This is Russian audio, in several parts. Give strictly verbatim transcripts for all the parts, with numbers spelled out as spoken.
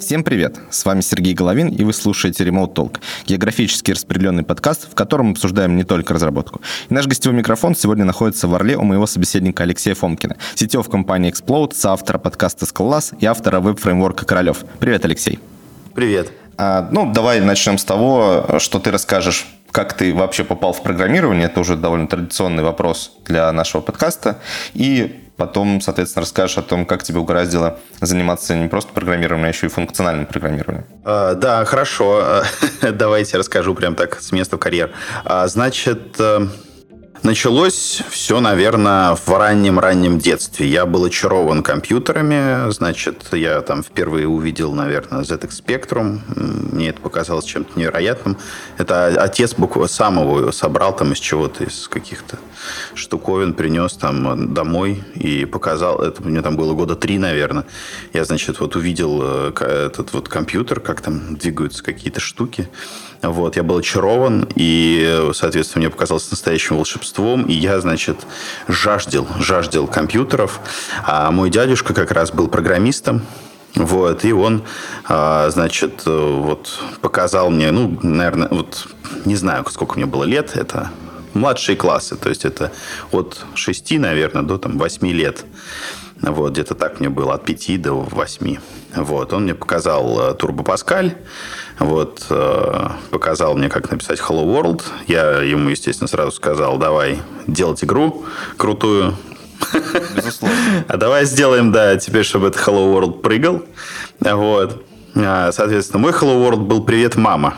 Всем привет! С вами Сергей Головин, и вы слушаете Remote Talk, географически распределенный подкаст, в котором мы обсуждаем не только разработку. И наш гостевой микрофон сегодня находится в Орле у моего собеседника Алексея Фомкина, си ти о в компании Explode, соавтора подкаста Скалолаз и автора веб-фреймворка Королев. Привет, Алексей! Привет! А, ну, давай начнем с того, что ты расскажешь, как ты вообще попал в программирование. Это уже довольно традиционный вопрос для нашего подкаста. И потом, соответственно, расскажешь о том, как тебе угораздило заниматься не просто программированием, а еще и функциональным программированием. А, да, хорошо. Давайте расскажу прям так с места в карьер. А, значит, началось все, наверное, в раннем-раннем детстве. Я был очарован компьютерами. Значит, я там впервые увидел, наверное, зет икс Spectrum. Мне это показалось чем-то невероятным. Это отец буквально сам его собрал там из чего-то, из каких-то штуковин, принес там домой и показал. Это мне там было года три, наверное. Я, значит, вот увидел этот вот компьютер, как там двигаются какие-то штуки. Вот, я был очарован, и, соответственно, мне показалось настоящим волшебством, и я, значит, жаждал, жаждал компьютеров. А мой дядюшка как раз был программистом, вот, и он, значит, вот, показал мне, ну, наверное, вот, не знаю, сколько мне было лет, это младшие классы, то есть это от шести, наверное, до там восьми лет. Вот, где-то так мне было, от пяти до восьми. Вот, он мне показал Turbo Pascal, вот, показал мне, как написать Hello World. Я ему, естественно, сразу сказал, давай делать игру крутую. Безусловно. А давай сделаем, да, теперь, чтобы этот Hello World прыгал. Вот. Соответственно, мой Hello World был «Привет, мама».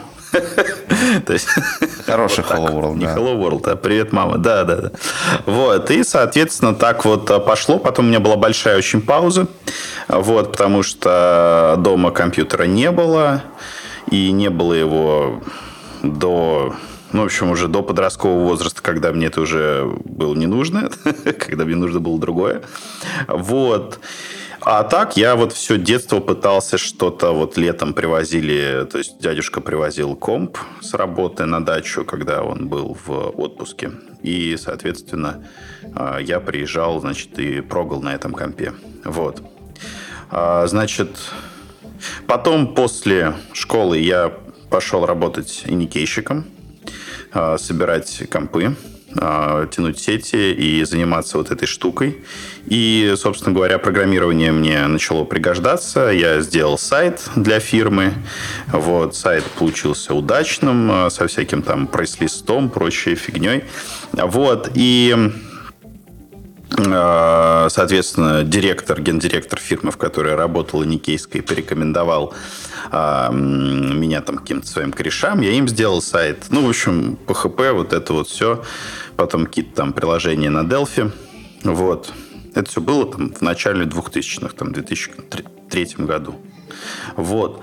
То есть хороший вот Hello World, не да. Hello World, а «Привет, мама». Да, да, да. Вот. И, соответственно, так вот пошло. Потом у меня была большая очень пауза. Вот, потому что дома компьютера не было. И не было его до... Ну, в общем, уже до подросткового возраста, когда мне это уже было не нужно. Когда мне нужно было другое. Вот. А так я вот все детство пытался что-то, вот летом привозили, то есть дядюшка привозил комп с работы на дачу, когда он был в отпуске. И, соответственно, я приезжал, значит, и прогал на этом компе. Вот. Значит, потом после школы я пошел работать иникейщиком, собирать компы, тянуть сети и заниматься вот этой штукой. И, собственно говоря, программирование мне начало пригождаться. Я сделал сайт для фирмы. Вот, сайт получился удачным, со всяким там прайс-листом, прочей фигней. Вот, и... Соответственно, директор, гендиректор фирмы, в которой я работал, Никейской, порекомендовал а, меня там каким-то своим корешам. Я им сделал сайт. Ну, в общем, пэ хэ пэ, вот это вот все. Потом какие-то там приложения на Delphi. Вот. Это все было там в начале двухтысячных, там, в две тысячи третьем году. Вот.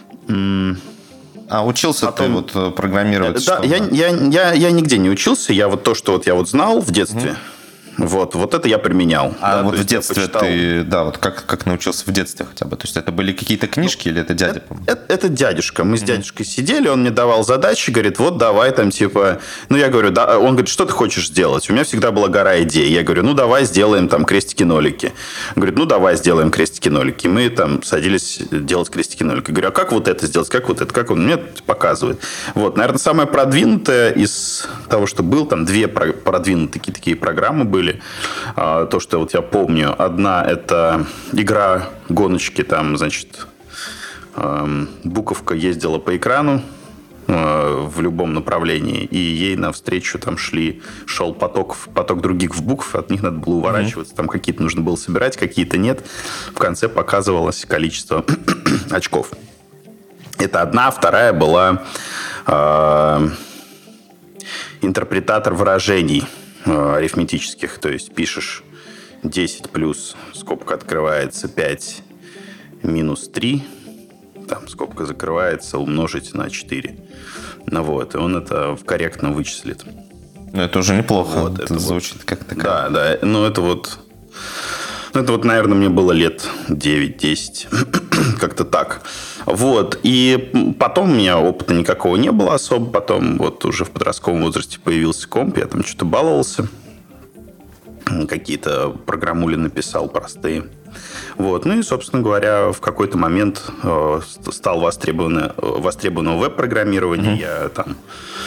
А учился Потом... ты вот программировать? Да, я, я, я, я нигде не учился. Я вот то, что вот я вот знал в детстве... Угу. Вот, вот это я применял. А да, вот в детстве ты, да, вот как, как научился в детстве хотя бы? То есть это были какие-то книжки ну, или это дядя? Это, это, это дядюшка. Мы с дядюшкой сидели, он мне давал задачи, говорит, вот давай там типа... Ну, я говорю, да, он говорит, что ты хочешь сделать? У меня всегда была гора идей. Я говорю, ну, давай сделаем там крестики-нолики. Он говорит, ну, давай сделаем крестики-нолики. Мы там садились делать крестики-нолики. Я говорю, а как вот это сделать? Как вот это? Как он мне показывает? Вот, наверное, самое продвинутое из того, что был, там две продвинутые такие, такие программы были. То, что вот я помню. Одна – это игра гоночки. Там, значит, буковка ездила по экрану в любом направлении, и ей навстречу там шли, шел поток, поток других букв, от них надо было уворачиваться. Mm-hmm. Там какие-то нужно было собирать, какие-то нет. В конце показывалось количество очков. Это одна. Вторая была э, интерпретатор выражений арифметических, то есть пишешь десять плюс, скобка открывается, пять минус три, там скобка закрывается, умножить на четыре. Ну вот, и он это корректно вычислит. Ну, это уже неплохо, вот, это, это звучит вот, как-то... Да, да, ну это вот, ну, это вот, наверное, мне было лет девять-десять, как-то так. Вот, и потом у меня опыта никакого не было особо, потом вот уже в подростковом возрасте появился комп, я там что-то баловался, какие-то программули написал простые. Вот. Ну и, собственно говоря, в какой-то момент э, стал востребован, востребовано веб-программирование. Mm-hmm. Я там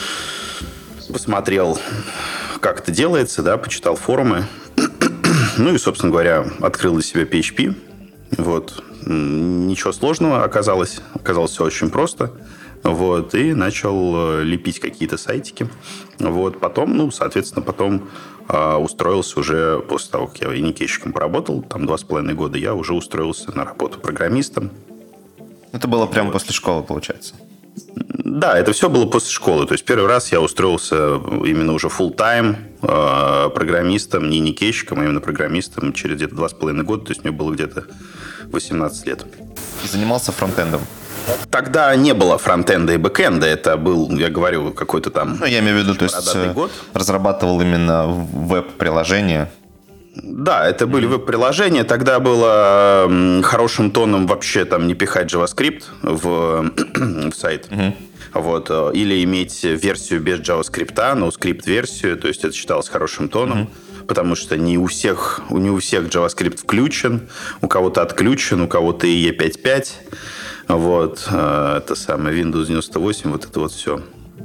посмотрел, как это делается, да, почитал форумы. Ну и, собственно говоря, открыл для себя пи эйч пи. Вот. Ничего сложного оказалось. Оказалось все очень просто. Вот. И начал лепить какие-то сайтики. Вот. Потом, ну, соответственно, потом э, устроился уже, после того, как я уникейщиком поработал, там два с половиной года, я уже устроился на работу программистом. Это было прямо вот. После школы, получается? Да, это все было после школы. То есть первый раз я устроился именно уже full-time э, программистом, не уникейщиком, а именно программистом через где-то два с половиной года. То есть мне было где-то восемнадцать лет. И занимался фронтендом? Тогда не было фронтенда и бэкенда. Это был, я говорю, какой-то там... Ну, я имею в виду, то есть год. Разрабатывал именно веб-приложения. Да, это были веб-приложения. Тогда было хорошим тоном вообще там не пихать JavaScript в, в сайт. Mm-hmm. Вот. Или иметь версию без JavaScript, но скрипт-версию. То есть это считалось хорошим тоном. Mm-hmm. Потому что не у всех, не у всех JavaScript включен. У кого-то отключен, у кого-то и и пять пять. Вот. Это самое Windows девяносто восемь. Вот это вот все.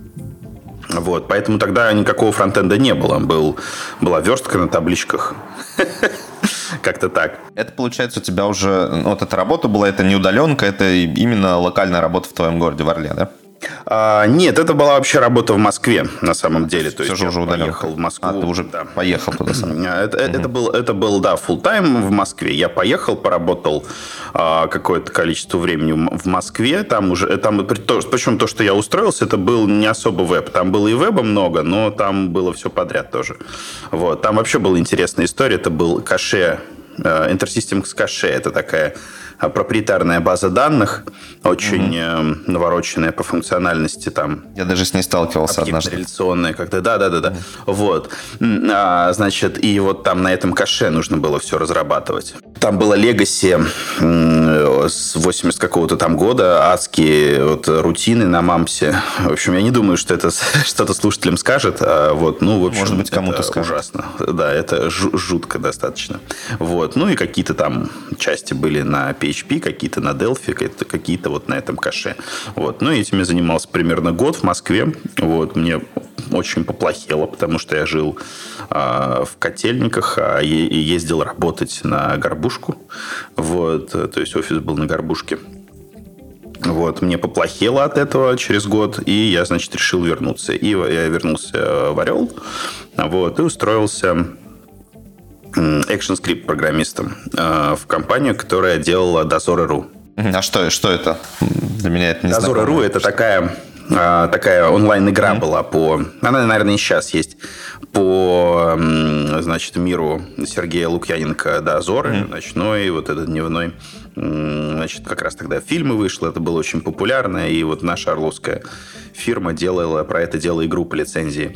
Вот, поэтому тогда никакого фронтенда не было. Был, была верстка на табличках. Как-то так. Это, получается, у тебя уже... Вот эта работа была, это не удаленка, это именно локальная работа в твоем городе, в Орле, да? А, нет, это была вообще работа в Москве, на самом деле. То Все есть же уже удаленка. Поехал в Москву. А, ты уже да. поехал туда сам. Это, угу. это, был, это был, да, full-time в Москве. Я поехал, поработал а, какое-то количество времени в Москве. Там уже, там, причем то, что я устроился, это был не особо веб. Там было и веба много, но там было все подряд тоже. Вот. Там вообще была интересная история. Это был кэше, InterSystems кэше. Это такая... проприетарная база данных, очень mm-hmm. э, навороченная по функциональности там. Я даже с ней сталкивался однажды. Реляционная как-то, да-да-да. Mm-hmm. Вот. А, значит, и вот там на этом кэше нужно было все разрабатывать. Там было легаси э, с восьмидесятого какого-то там года, адские вот, рутины на мамсе. В общем, я не думаю, что это что-то слушателям скажет. А вот, ну, в общем, может быть, кому-то скажет. Ужасно. Да, это жутко достаточно. Вот. Ну, и какие-то там части были на пи эйч пи, какие-то на Delphi, какие-то вот на этом кэше. Вот. Ну, этим я занимался примерно год в Москве. Вот. Мне очень поплохело, потому что я жил а, в Котельниках а, и, и ездил работать на Горбушку. Вот. То есть офис был на Горбушке. Вот. Мне поплохело от этого через год, и я, значит, решил вернуться. И я вернулся в Орел, вот, и устроился ActionScript программистом э, в компанию, которая делала Дозор.ру. А что, что это? Для меня это не знакомо. Дозор.ру это такая, э, такая онлайн-игра mm-hmm. была по... Она, наверное, и сейчас есть. По, значит, миру Сергея Лукьяненко Дозоры, mm-hmm. ночной, вот этот дневной. Значит, как раз тогда фильмы вышли, это было очень популярно, и вот наша орловская фирма делала про это дело игру по лицензии.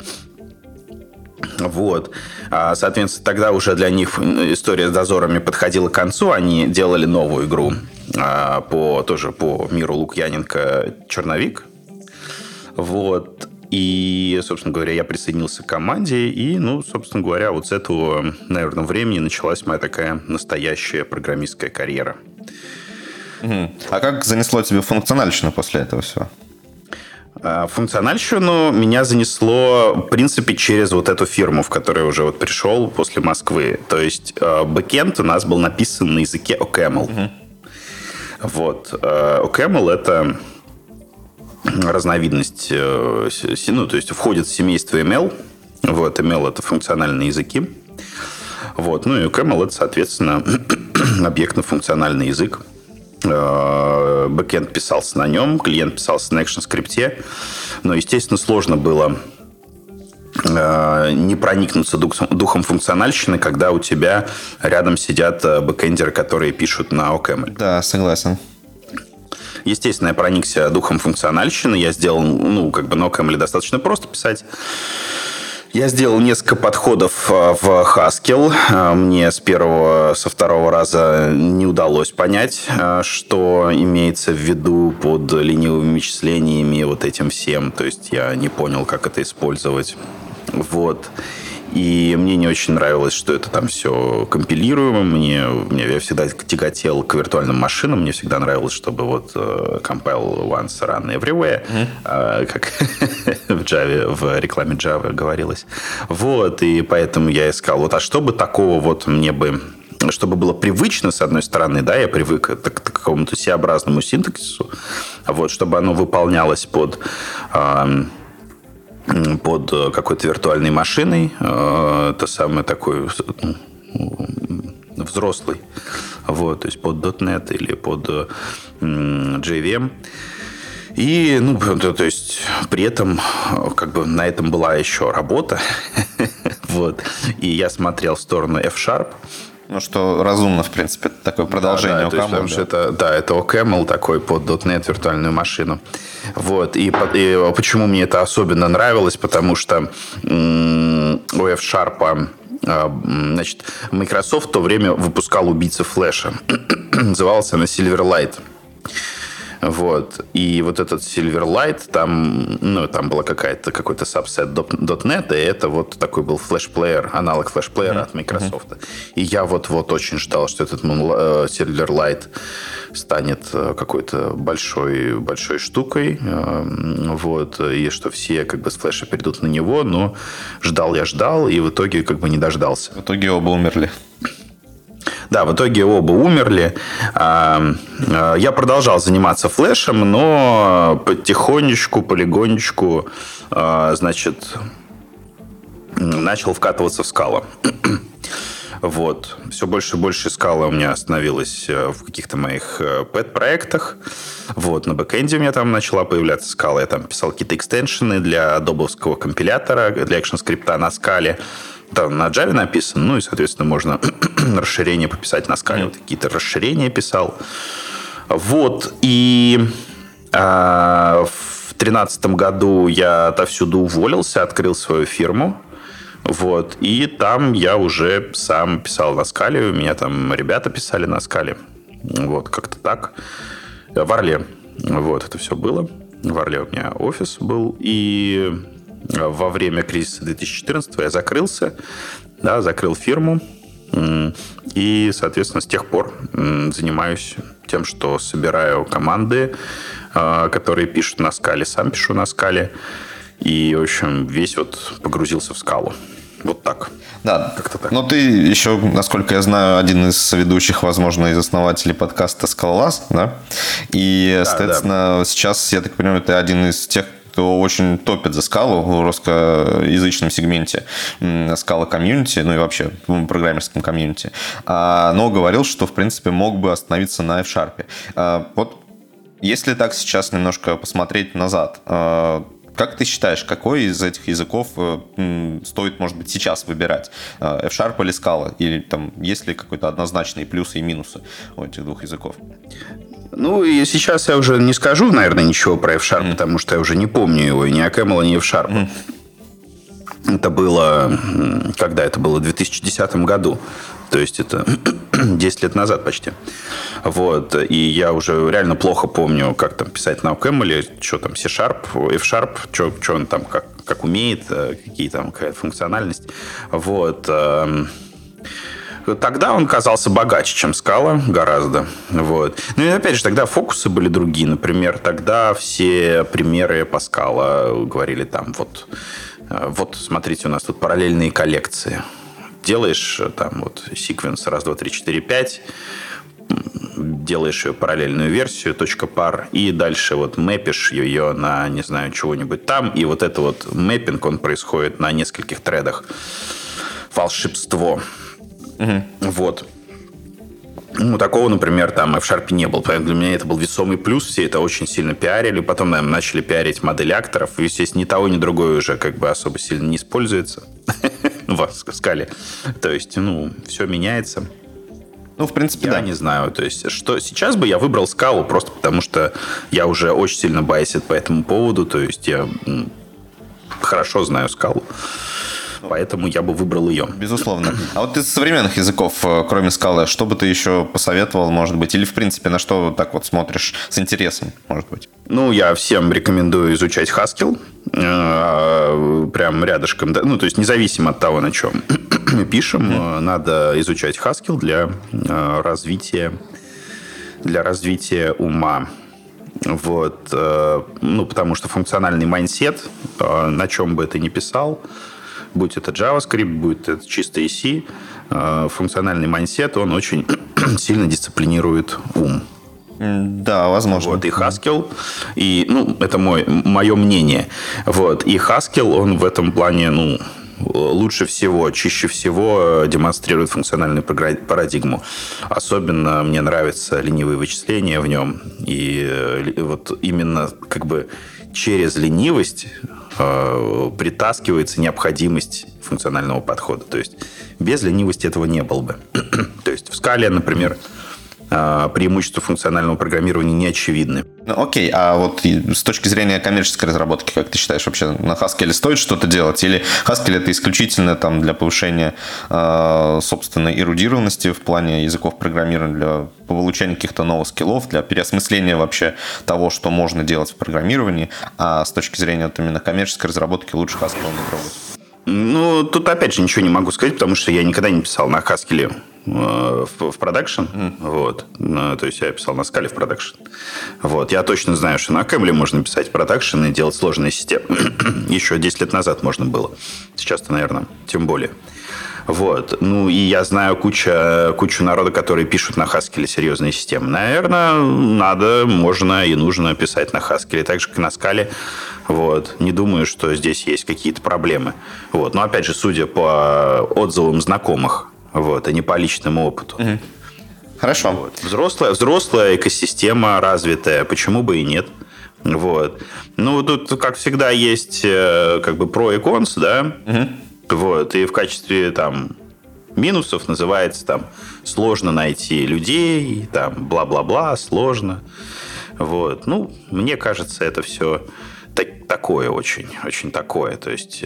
Вот. Соответственно, тогда уже для них история с дозорами подходила к концу. Они делали новую игру по, тоже по миру Лукьяненко «Черновик». Вот. И, собственно говоря, я присоединился к команде. И, ну, собственно говоря, вот с этого, наверное, времени началась моя такая настоящая программистская карьера. Угу. А как занесло тебе функциональщину после этого всего? Функциональщину меня занесло, в принципе, через вот эту фирму, в которую я уже вот пришел после Москвы. То есть бэкэнд у нас был написан на языке о кэмэл. Uh-huh. Вот. о кэмэл это разновидность, ну, то есть входит в семейство эм эл. Вот, эм эл это функциональные языки. Вот. Ну и о кэмэл это, соответственно, объектно-функциональный язык. Бэкэнд писался на нем, клиент писался на ActionScript. Но, естественно, сложно было не проникнуться духом функциональщины, когда у тебя рядом сидят бэкэндеры, которые пишут на о кэмэл. Да, согласен. Естественно, я проникся духом функциональщины. Я сделал, ну, как бы на о кэмэл достаточно просто писать. Я сделал несколько подходов в Haskell. Мне с первого, со второго раза не удалось понять, что имеется в виду под ленивыми вычислениями и вот этим всем. То есть я не понял, как это использовать. Вот. И мне не очень нравилось, что это там все компилируемо. Мне, мне я всегда тяготел к виртуальным машинам. Мне всегда нравилось, чтобы вот uh, compile once, run everywhere, mm-hmm. uh, как в Java, в рекламе Java говорилось. Вот, и поэтому я искал, вот, а что бы такого вот мне бы... Чтобы было привычно, с одной стороны, да, я привык к, к какому-то C-образному синтаксису, вот, чтобы оно выполнялось под, э, под какой-то виртуальной машиной, э, то самое такой взрослый, вот, то есть под .дот нет или под э, джей ви эм. И, ну, то, то есть, при этом, как бы, на этом была еще работа, вот, и я смотрел в сторону F-Sharp. Ну, что разумно, в принципе, такое продолжение да, да, о кэмэл. Да. Это, да, это о кэмэл такой под .дот нет виртуальную машину. Вот. И, и почему мне это особенно нравилось? Потому что м- у F-Sharp, значит, Microsoft в то время выпускал убийцы флеша. Назывался она Silverlight. Вот. И вот этот Silverlight, там, ну, там была какая-то, какой-то сабсет .дот нет, и это вот такой был флеш-плеер, аналог флеш-плеера mm-hmm. от Microsoft. Mm-hmm. И я вот-вот очень ждал, что этот Silverlight станет какой-то большой, большой штукой, вот, и что все как бы с флеша перейдут на него, но ждал я ждал, и в итоге как бы не дождался. В итоге оба умерли. Да, в итоге оба умерли. Я продолжал заниматься флешем, но потихонечку, полигонечку, значит, начал вкатываться в скала. Вот. Все больше и больше скала у меня становилось в каких-то моих пэт-проектах. Вот. На бэкэнде у меня там начала появляться скала. Я там писал какие-то экстеншены для адобовского компилятора, для экшн-скрипта на скале. Там на Java написано, ну и, соответственно, можно расширения пописать на скале. Вот какие-то расширения писал. Вот. И а, в тринадцатом году я отовсюду уволился, открыл свою фирму. Вот. И там я уже сам писал на скале. У меня там ребята писали на скале. Вот, как-то так. В Орле. Вот, это все было. В Орле у меня офис был. И во время кризиса две тысячи четырнадцатого я закрылся. Да, закрыл фирму. И, соответственно, с тех пор занимаюсь тем, что собираю команды, которые пишут на скале. Сам пишу на скале. И, в общем, весь вот погрузился в скалу. Вот так. Да, как-то так. Но ты еще, насколько я знаю, один из ведущих, возможно, из основателей подкаста «Скалолаз», да? И, да, соответственно, да. Сейчас, я так понимаю, ты один из тех, кто очень топит за скалу в русскоязычном сегменте скала комьюнити, ну и вообще в программерском комьюнити. Но говорил, что, в принципе, мог бы остановиться на F-Sharp. Вот если так сейчас немножко посмотреть назад, как ты считаешь, какой из этих языков э, стоит, может быть, сейчас выбирать? F-Sharp или Scala? Или там есть ли какой-то однозначные плюсы и минусы у этих двух языков? Ну, и сейчас я уже не скажу, наверное, ничего про F-Sharp, mm. потому что я уже не помню его, ни Акэмела, ни F-Sharp. Mm. Это было... Когда это было? В две тысячи десятом году. То есть это десять лет назад почти. Вот. И я уже реально плохо помню, как там писать на Акэмеле, что там C-Sharp, F-Sharp, что, что он там как, как умеет, какие там какая-то функциональность. Вот. Тогда он казался богаче, чем Scala, гораздо. Вот. Ну и опять же, тогда фокусы были другие. Например, тогда все примеры по Scala говорили там, вот, вот смотрите, у нас тут параллельные коллекции. Делаешь там вот секвенс раз, два, три, четыре, пять, делаешь ее параллельную версию, .par, и дальше вот мэпишь ее на, не знаю, чего-нибудь там, и вот это вот мэппинг, он происходит на нескольких тредах. Волшебство. Угу. Вот. Ну, такого, например, там в F-Sharp не было. Поэтому для меня это был весомый плюс. Все это очень сильно пиарили. Потом, наверное, начали пиарить модель акторов. И, естественно, ни того, ни другое уже как бы особо сильно не используется в скале. То есть, ну, все меняется. Ну, в принципе, я да. не знаю. То есть, что сейчас бы я выбрал скалу просто потому, что я уже очень сильно байсит по этому поводу. То есть, я хорошо знаю скалу. Поэтому я бы выбрал ее. Безусловно. А вот из современных языков, кроме Scala, что бы ты еще посоветовал, может быть? Или, в принципе, на что так вот смотришь с интересом, может быть? Ну, я всем рекомендую изучать Haskell. Прям рядышком. Ну, то есть, независимо от того, на чем мы пишем, mm. надо изучать Haskell для развития, для развития ума. Вот. Ну, потому что функциональный майндсет, на чем бы ты ни писал, будь это JavaScript, будь это чистый C, функциональный майндсет, он очень сильно дисциплинирует ум. Да, возможно. Вот, и Haskell, и, ну, это мой, мое мнение. Вот, и Haskell, он в этом плане, ну, лучше всего, чище всего демонстрирует функциональную парадигму. Особенно мне нравятся ленивые вычисления в нем. И вот именно как бы через ленивость э, притаскивается необходимость функционального подхода. То есть без ленивости этого не было бы. То есть в скале, например, преимущества функционального программирования не очевидны. Ну, окей, а вот с точки зрения коммерческой разработки, как ты считаешь, вообще на Haskell стоит что-то делать? Или Haskell это исключительно там, для повышения э, собственной эрудированности в плане языков программирования, для получения каких-то новых скиллов, для переосмысления вообще того, что можно делать в программировании, а с точки зрения вот, именно коммерческой разработки лучше Haskell не трогать? Ну, тут опять же ничего не могу сказать, потому что я никогда не писал на Haskell в продакшн. Mm. Вот. Ну, то есть я писал на скале в продакшн. Вот. Я точно знаю, что на Кэмле можно писать в продакшн и делать сложные системы. Еще десять лет назад можно было. Сейчас-то, наверное, тем более. Вот. Ну, и я знаю куча, кучу народа, которые пишут на Haskell серьезные системы. Наверное, надо, можно и нужно писать на Haskell, так же, как и на скале. Вот. Не думаю, что здесь есть какие-то проблемы. Вот. Но, опять же, судя по отзывам знакомых, вот, а не по личному опыту. Угу. Хорошо. Вот. Взрослая, взрослая экосистема развитая, почему бы и нет? Вот. Ну, тут, как всегда, есть как бы про и конс, да? Угу. Вот. И в качестве там минусов называется там сложно найти людей, там бла-бла-бла, сложно. Вот. Ну, мне кажется, это все такое очень, очень такое. То есть,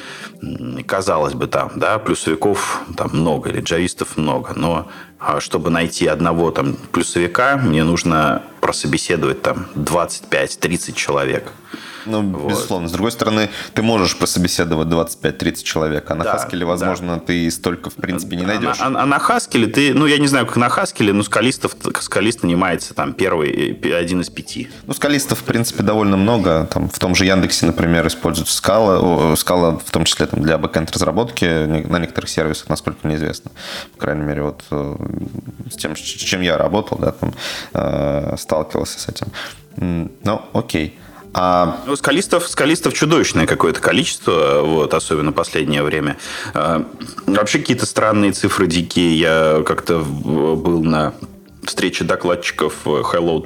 казалось бы, там, да, плюсовиков там много, или джавистов много, но чтобы найти одного там плюсовика, мне нужно прособеседовать там двадцать пять тридцать человек. Ну, вот. Безусловно. С другой стороны, ты можешь прособеседовать двадцать пять тридцать человек, а на да, Haskell, возможно, да. ты столько, в принципе, не найдешь. А, а, а на Haskell ты, ну, я не знаю, как на Haskell, но скалистов, скалист нанимается там первый, один из пяти. Ну, скалистов, в принципе, довольно много. Там, в том же Яндексе, например, используют Scala, Scala в том числе там, для бэкэнд-разработки на некоторых сервисах, насколько мне известно. По крайней мере, вот с тем, с чем я работал, да, там, э, сталкивался с этим. Ну, окей. А... Ну, скалистов, скалистов чудовищное какое-то количество, вот, особенно в последнее время. А, вообще какие-то странные цифры дикие. Я как-то был на встрече докладчиков Highload++.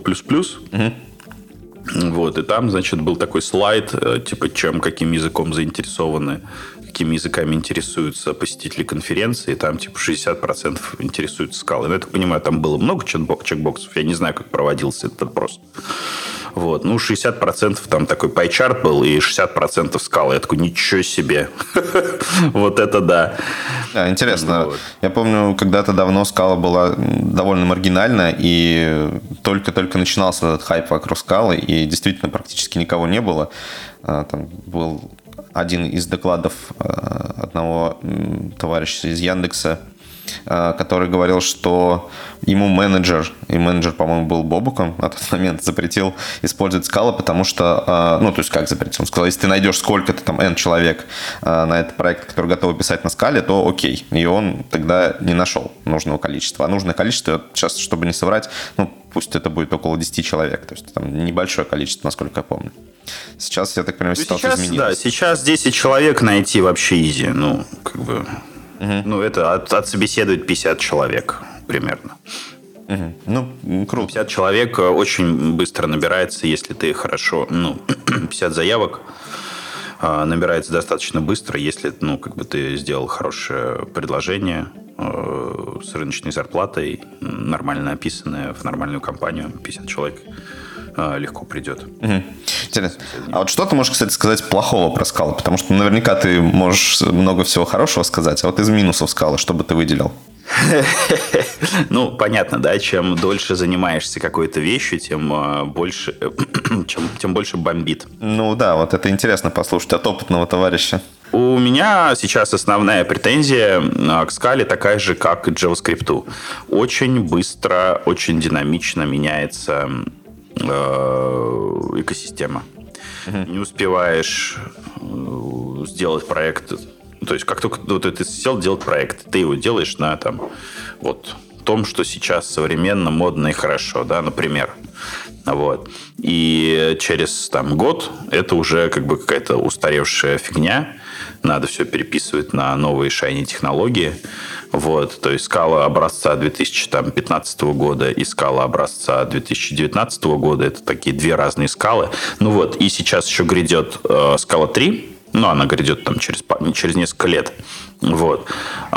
Угу. Вот, и там, значит, был такой слайд, типа, чем, каким языком заинтересованы, какими языками интересуются посетители конференции. И там, типа, шестьдесят процентов интересуются скалой. Я так понимаю, там было много чекбоксов. Я не знаю, как проводился этот опрос. Вот. Ну, шестьдесят процентов там такой пайчарт был, и шестьдесят процентов скалы. Я такой, ничего себе. Вот это да. Интересно. Я помню, когда-то давно скала была довольно маргинальна, и только-только начинался этот хайп вокруг скалы, и действительно практически никого не было. Там был один из докладов одного товарища из Яндекса, который говорил, что ему менеджер, и менеджер, по-моему, был Бобуком на тот момент, запретил использовать Scala, потому что, ну, то есть как запретил? Он сказал, если ты найдешь сколько-то там N человек на этот проект, который готовы писать на Scala, то окей. И он тогда не нашел нужного количества. А нужное количество, сейчас, чтобы не соврать, ну, пусть это будет около десять человек. То есть там небольшое количество, насколько я помню. Сейчас, я так понимаю, ситуация сейчас, изменилась. Да, сейчас десять человек найти вообще изи. Ну, как бы... Угу. Ну, это от, отсобеседует пятьдесят человек примерно. Угу. Ну, круто. пятьдесят человек очень быстро набирается, если ты хорошо... Ну, пятьдесят заявок а, набирается достаточно быстро, если, ну, как бы ты сделал хорошее предложение а, с рыночной зарплатой, нормально описанное в нормальную компанию, пятьдесят человек. э, легко придет. Угу. Интересно. А вот что ты можешь, кстати, сказать плохого про скалы? Потому что наверняка ты можешь много всего хорошего сказать, а вот из минусов скалы, что бы ты выделил? Ну, понятно, да, чем дольше занимаешься какой-то вещью, тем больше, чем, тем больше бомбит. Ну да, вот это интересно послушать от опытного товарища. У меня сейчас основная претензия к скале такая же, как и к JavaScript. Очень быстро, очень динамично меняется э, экосистема. Uh-huh. Не успеваешь сделать проект. То есть, как только вот, ты сел делать проект, ты его делаешь на там, вот, том, что сейчас современно, модно и хорошо, да, например. Вот. И через там, год это уже как бы какая-то устаревшая фигня. Надо все переписывать на новые шайни технологии. Вот. То есть скала образца две тысячи пятнадцатого года и скала образца две тысячи девятнадцатого года — это такие две разные скалы. Ну вот, и сейчас еще грядет э, скала три. Ну, она грядет там через, через несколько лет. Вот.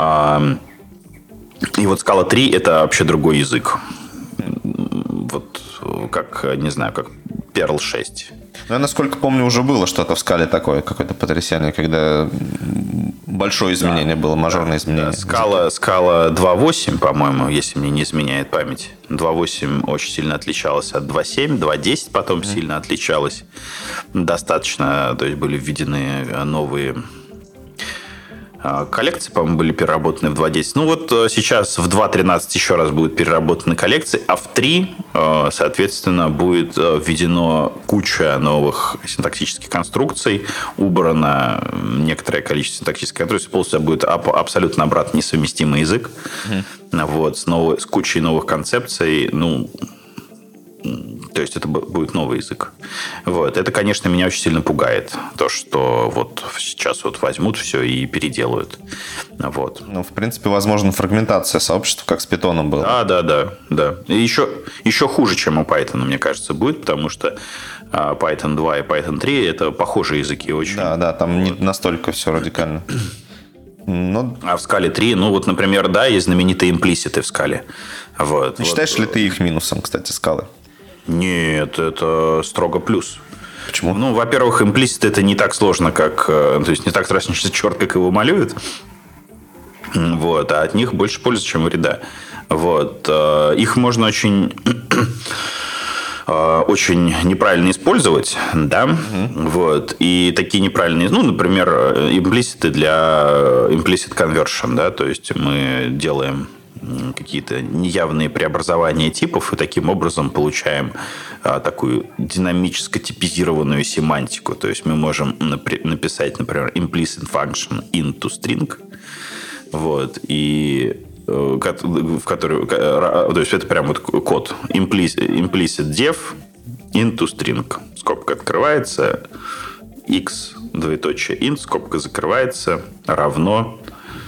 И вот скала три — это вообще другой язык. Вот как, не знаю, как Perl шесть. Ну, я, насколько помню, уже было что-то в скале такое, какое-то потрясение, когда большое изменение да, было, мажорное да, изменение. Да. Скала, скала два восемь, по-моему, если мне не изменяет память. два восемь очень сильно отличалась от два семь, два десять потом mm-hmm. сильно отличалась. Достаточно, то есть были введены новые коллекции, по-моему, были переработаны в два десять. Ну вот сейчас в два тринадцать еще раз будут переработаны коллекции, а в три, соответственно, будет введено куча новых синтаксических конструкций, убрано некоторое количество синтаксических конструкций, полностью будет абсолютно обратно несовместимый язык. Mm-hmm. Вот, с, новой, с кучей новых концепций, ну... То есть это будет новый язык. Вот. Это, конечно, меня очень сильно пугает. То, что вот сейчас вот возьмут все и переделают. Вот. Ну, в принципе, возможно, фрагментация сообщества, как с питоном было. Да, да, да. да. И еще, еще хуже, чем у Python, мне кажется, будет, потому что Python два и Python три — это похожие языки очень. Да, да, там вот. Не настолько все радикально. Но... А в скале три, ну вот, например, да, есть знаменитые имплиситы в скале. Вот. Не считаешь вот. ли ты их минусом, кстати, скалы? Нет, это строго плюс. Почему? Ну, во-первых, имплисит это не так сложно, как... То есть не так страшно, что черт, как его малюют. Вот. А от них больше пользы, чем вреда. Вот. Их можно очень... очень неправильно использовать, да, uh-huh. вот, и такие неправильные, ну, например, имплиситы для implicit conversion, да, то есть мы делаем какие-то неявные преобразования типов и таким образом получаем а, такую динамически типизированную семантику, то есть мы можем напри- написать, например, implicit function into string, вот, и в который, то есть это прям вот код implicit, implicit def into string, скобка открывается, x, двоеточие int, скобка закрывается, равно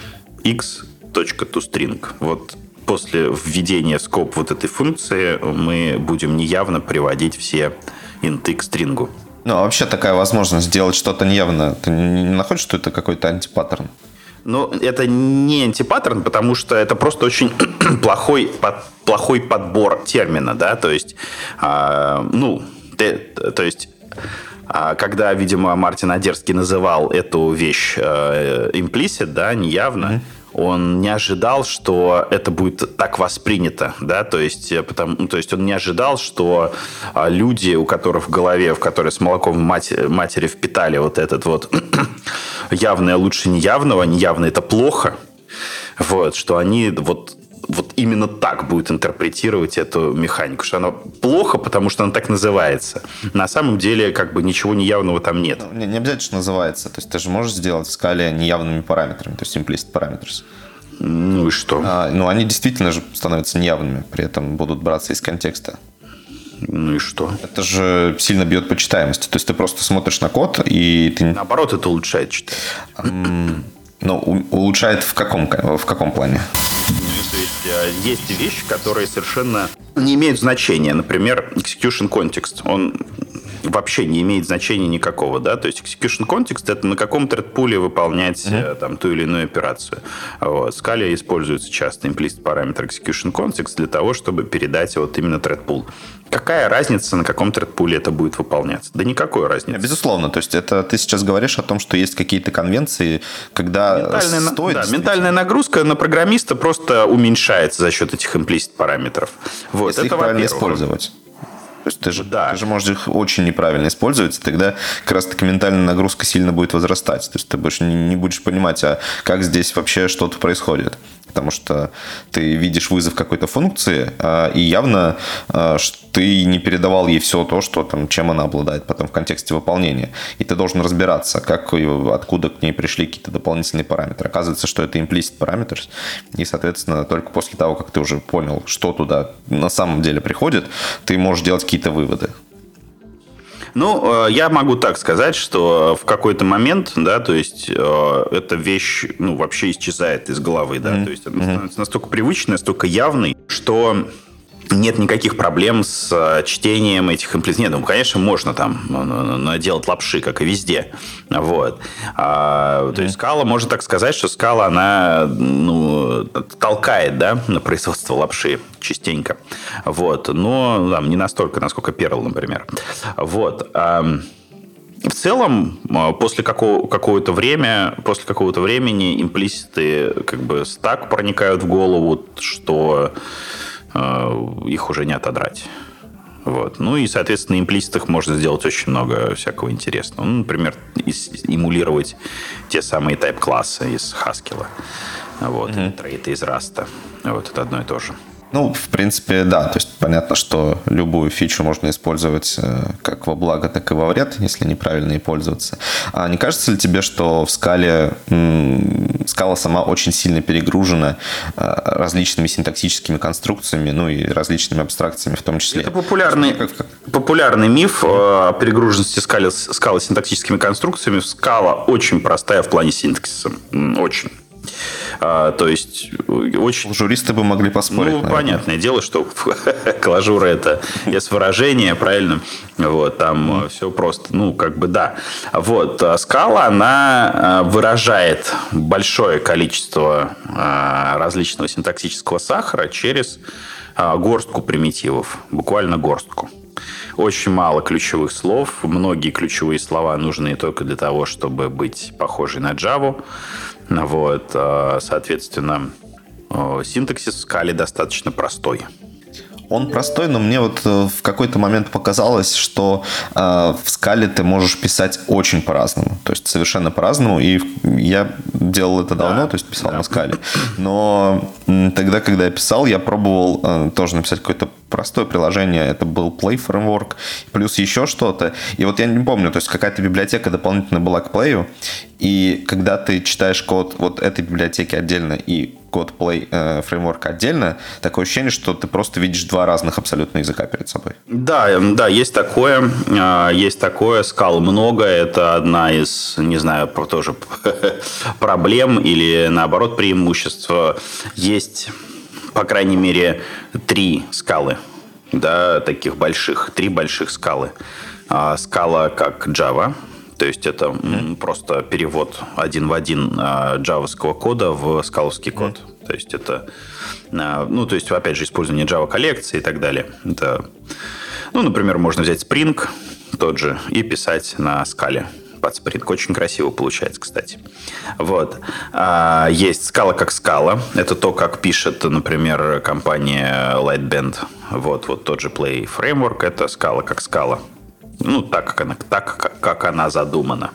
x, точка toString. Вот после введения в скоб вот этой функции мы будем неявно приводить все инты к стрингу. Ну, а вообще такая возможность сделать что-то неявно, ты не находишь, что это какой-то антипаттерн? Ну, это не антипаттерн, потому что это просто очень плохой, под, плохой подбор термина, да, то есть, э, ну, ты, то есть, э, когда, видимо, Мартин Одерский называл эту вещь э, implicit, да, неявно, mm-hmm. он не ожидал, что это будет так воспринято, да, то есть, потому, то есть он не ожидал, что люди, у которых в голове, в которые с молоком матери, матери впитали вот этот вот явное лучше неявного, неявно это плохо, вот, что они вот, вот именно так будут интерпретировать эту механику, что она плохо, потому что она так называется. На самом деле, как бы ничего неявного там нет. Не, не обязательно называется, то есть ты же можешь сделать в скале неявными параметрами, то есть implicit parameters. Ну и что? А, ну, они действительно же становятся неявными, при этом будут браться из контекста. Ну и что? Это же сильно бьет по читаемости. То есть ты просто смотришь на код, и ты... Наоборот, это улучшает читаемость. Ну, улучшает в каком, в каком плане? То есть есть вещи, которые совершенно не имеют значения. Например, execution context. Он вообще не имеет значения никакого, да, то есть execution context — это на каком thread-пуле выполнять mm-hmm. там ту или иную операцию. Вот. В Scala используется часто implicit параметр execution context для того, чтобы передать вот именно thread-pool. Какая разница, на каком thread-пуле это будет выполняться? Да никакой разницы. Безусловно, то есть это ты сейчас говоришь о том, что есть какие-то конвенции, когда ментальная, стоит... Да, ментальная нагрузка на программиста просто уменьшается за счет этих implicit параметров. Вот. Если это их правильно использовать. То есть ты же, да. ты же можешь их очень неправильно использовать, и тогда как раз-таки ментальная нагрузка сильно будет возрастать. То есть ты будешь, не, не будешь понимать, а как здесь вообще что-то происходит. Потому что ты видишь вызов какой-то функции, а, и явно а, ты не передавал ей все то, что, там, чем она обладает потом в контексте выполнения. И ты должен разбираться, как, откуда к ней пришли какие-то дополнительные параметры. Оказывается, что это implicit параметр, и, соответственно, только после того, как ты уже понял, что туда на самом деле приходит, ты можешь делать какие-то выводы. Ну, я могу так сказать, что в какой-то момент, да, то есть эта вещь, ну, вообще исчезает из головы, да, mm-hmm. то есть она становится настолько привычной, настолько явной, что нет никаких проблем с чтением этих имплицитов. Нет, ну, конечно, можно там наделать лапши, как и везде. Вот. А, то есть Scala, можно так сказать, что Scala, она ну, толкает, да, на производство лапши частенько. Вот. Но там, не настолько, насколько Perl, например. Вот. А, в целом, после какого- какого-то времени, после какого-то времени имплиситы как бы так проникают в голову, что их уже не отодрать. Вот. Ну и, соответственно, на имплиситах можно сделать очень много всякого интересного. Ну, например, эмулировать те самые тайп-классы из Haskell. Вот. Mm-hmm. Трейты из Rust. Вот это одно и то же. Ну, в принципе, да. То есть понятно, что любую фичу можно использовать как во благо, так и во вред, если неправильно ей пользоваться. А не кажется ли тебе, что в Scala Scala сама очень сильно перегружена различными синтаксическими конструкциями, ну и различными абстракциями в том числе? Это популярный, популярный миф о перегруженности Scala, Scala синтаксическими конструкциями. Scala очень простая в плане синтаксиса. Очень. А, то есть очень... Журисты бы могли поспорить. Ну, наверное. Понятное дело, что клажура это S-выражение, правильно? Вот, там mm. все просто. Ну, как бы да. Вот, Scala, она выражает большое количество различного синтаксического сахара через горстку примитивов. Буквально горстку. Очень мало ключевых слов. Многие ключевые слова нужны только для того, чтобы быть похожей на Java. Вот, соответственно, синтаксис в Scala достаточно простой. Он простой, но мне вот в какой-то момент показалось, что э, в Scala ты можешь писать очень по-разному. То есть совершенно по-разному. И я делал это давно, да, то есть писал да. на Scala. Но тогда, когда я писал, я пробовал э, тоже написать какое-то простое приложение. Это был Play Framework, плюс еще что-то. И вот я не помню, то есть какая-то библиотека дополнительно была к Play. И когда ты читаешь код вот этой библиотеки отдельно и код Play э, Framework отдельно, такое ощущение, что ты просто видишь два разных абсолютно языка перед собой. Да, да, есть такое. Есть такое. Scala много. Это одна из, не знаю, тоже проблем или, наоборот, преимуществ. Есть, по крайней мере, три скалы. Да, таких больших. Три больших скалы. Scala как Java. То есть это mm-hmm. просто перевод один в один джавовского кода в скаловский код. Mm-hmm. То есть это, ну, то есть, опять же, использование Java коллекции и так далее. Это, ну, например, можно взять Spring тот же и писать на Scala под Spring. Очень красиво получается, кстати. Вот. Есть Scala как Scala. Это то, как пишет, например, компания Lightband. Вот, вот тот же Play Framework. Это Scala как Scala. Ну, так как она, так, как, как она задумана.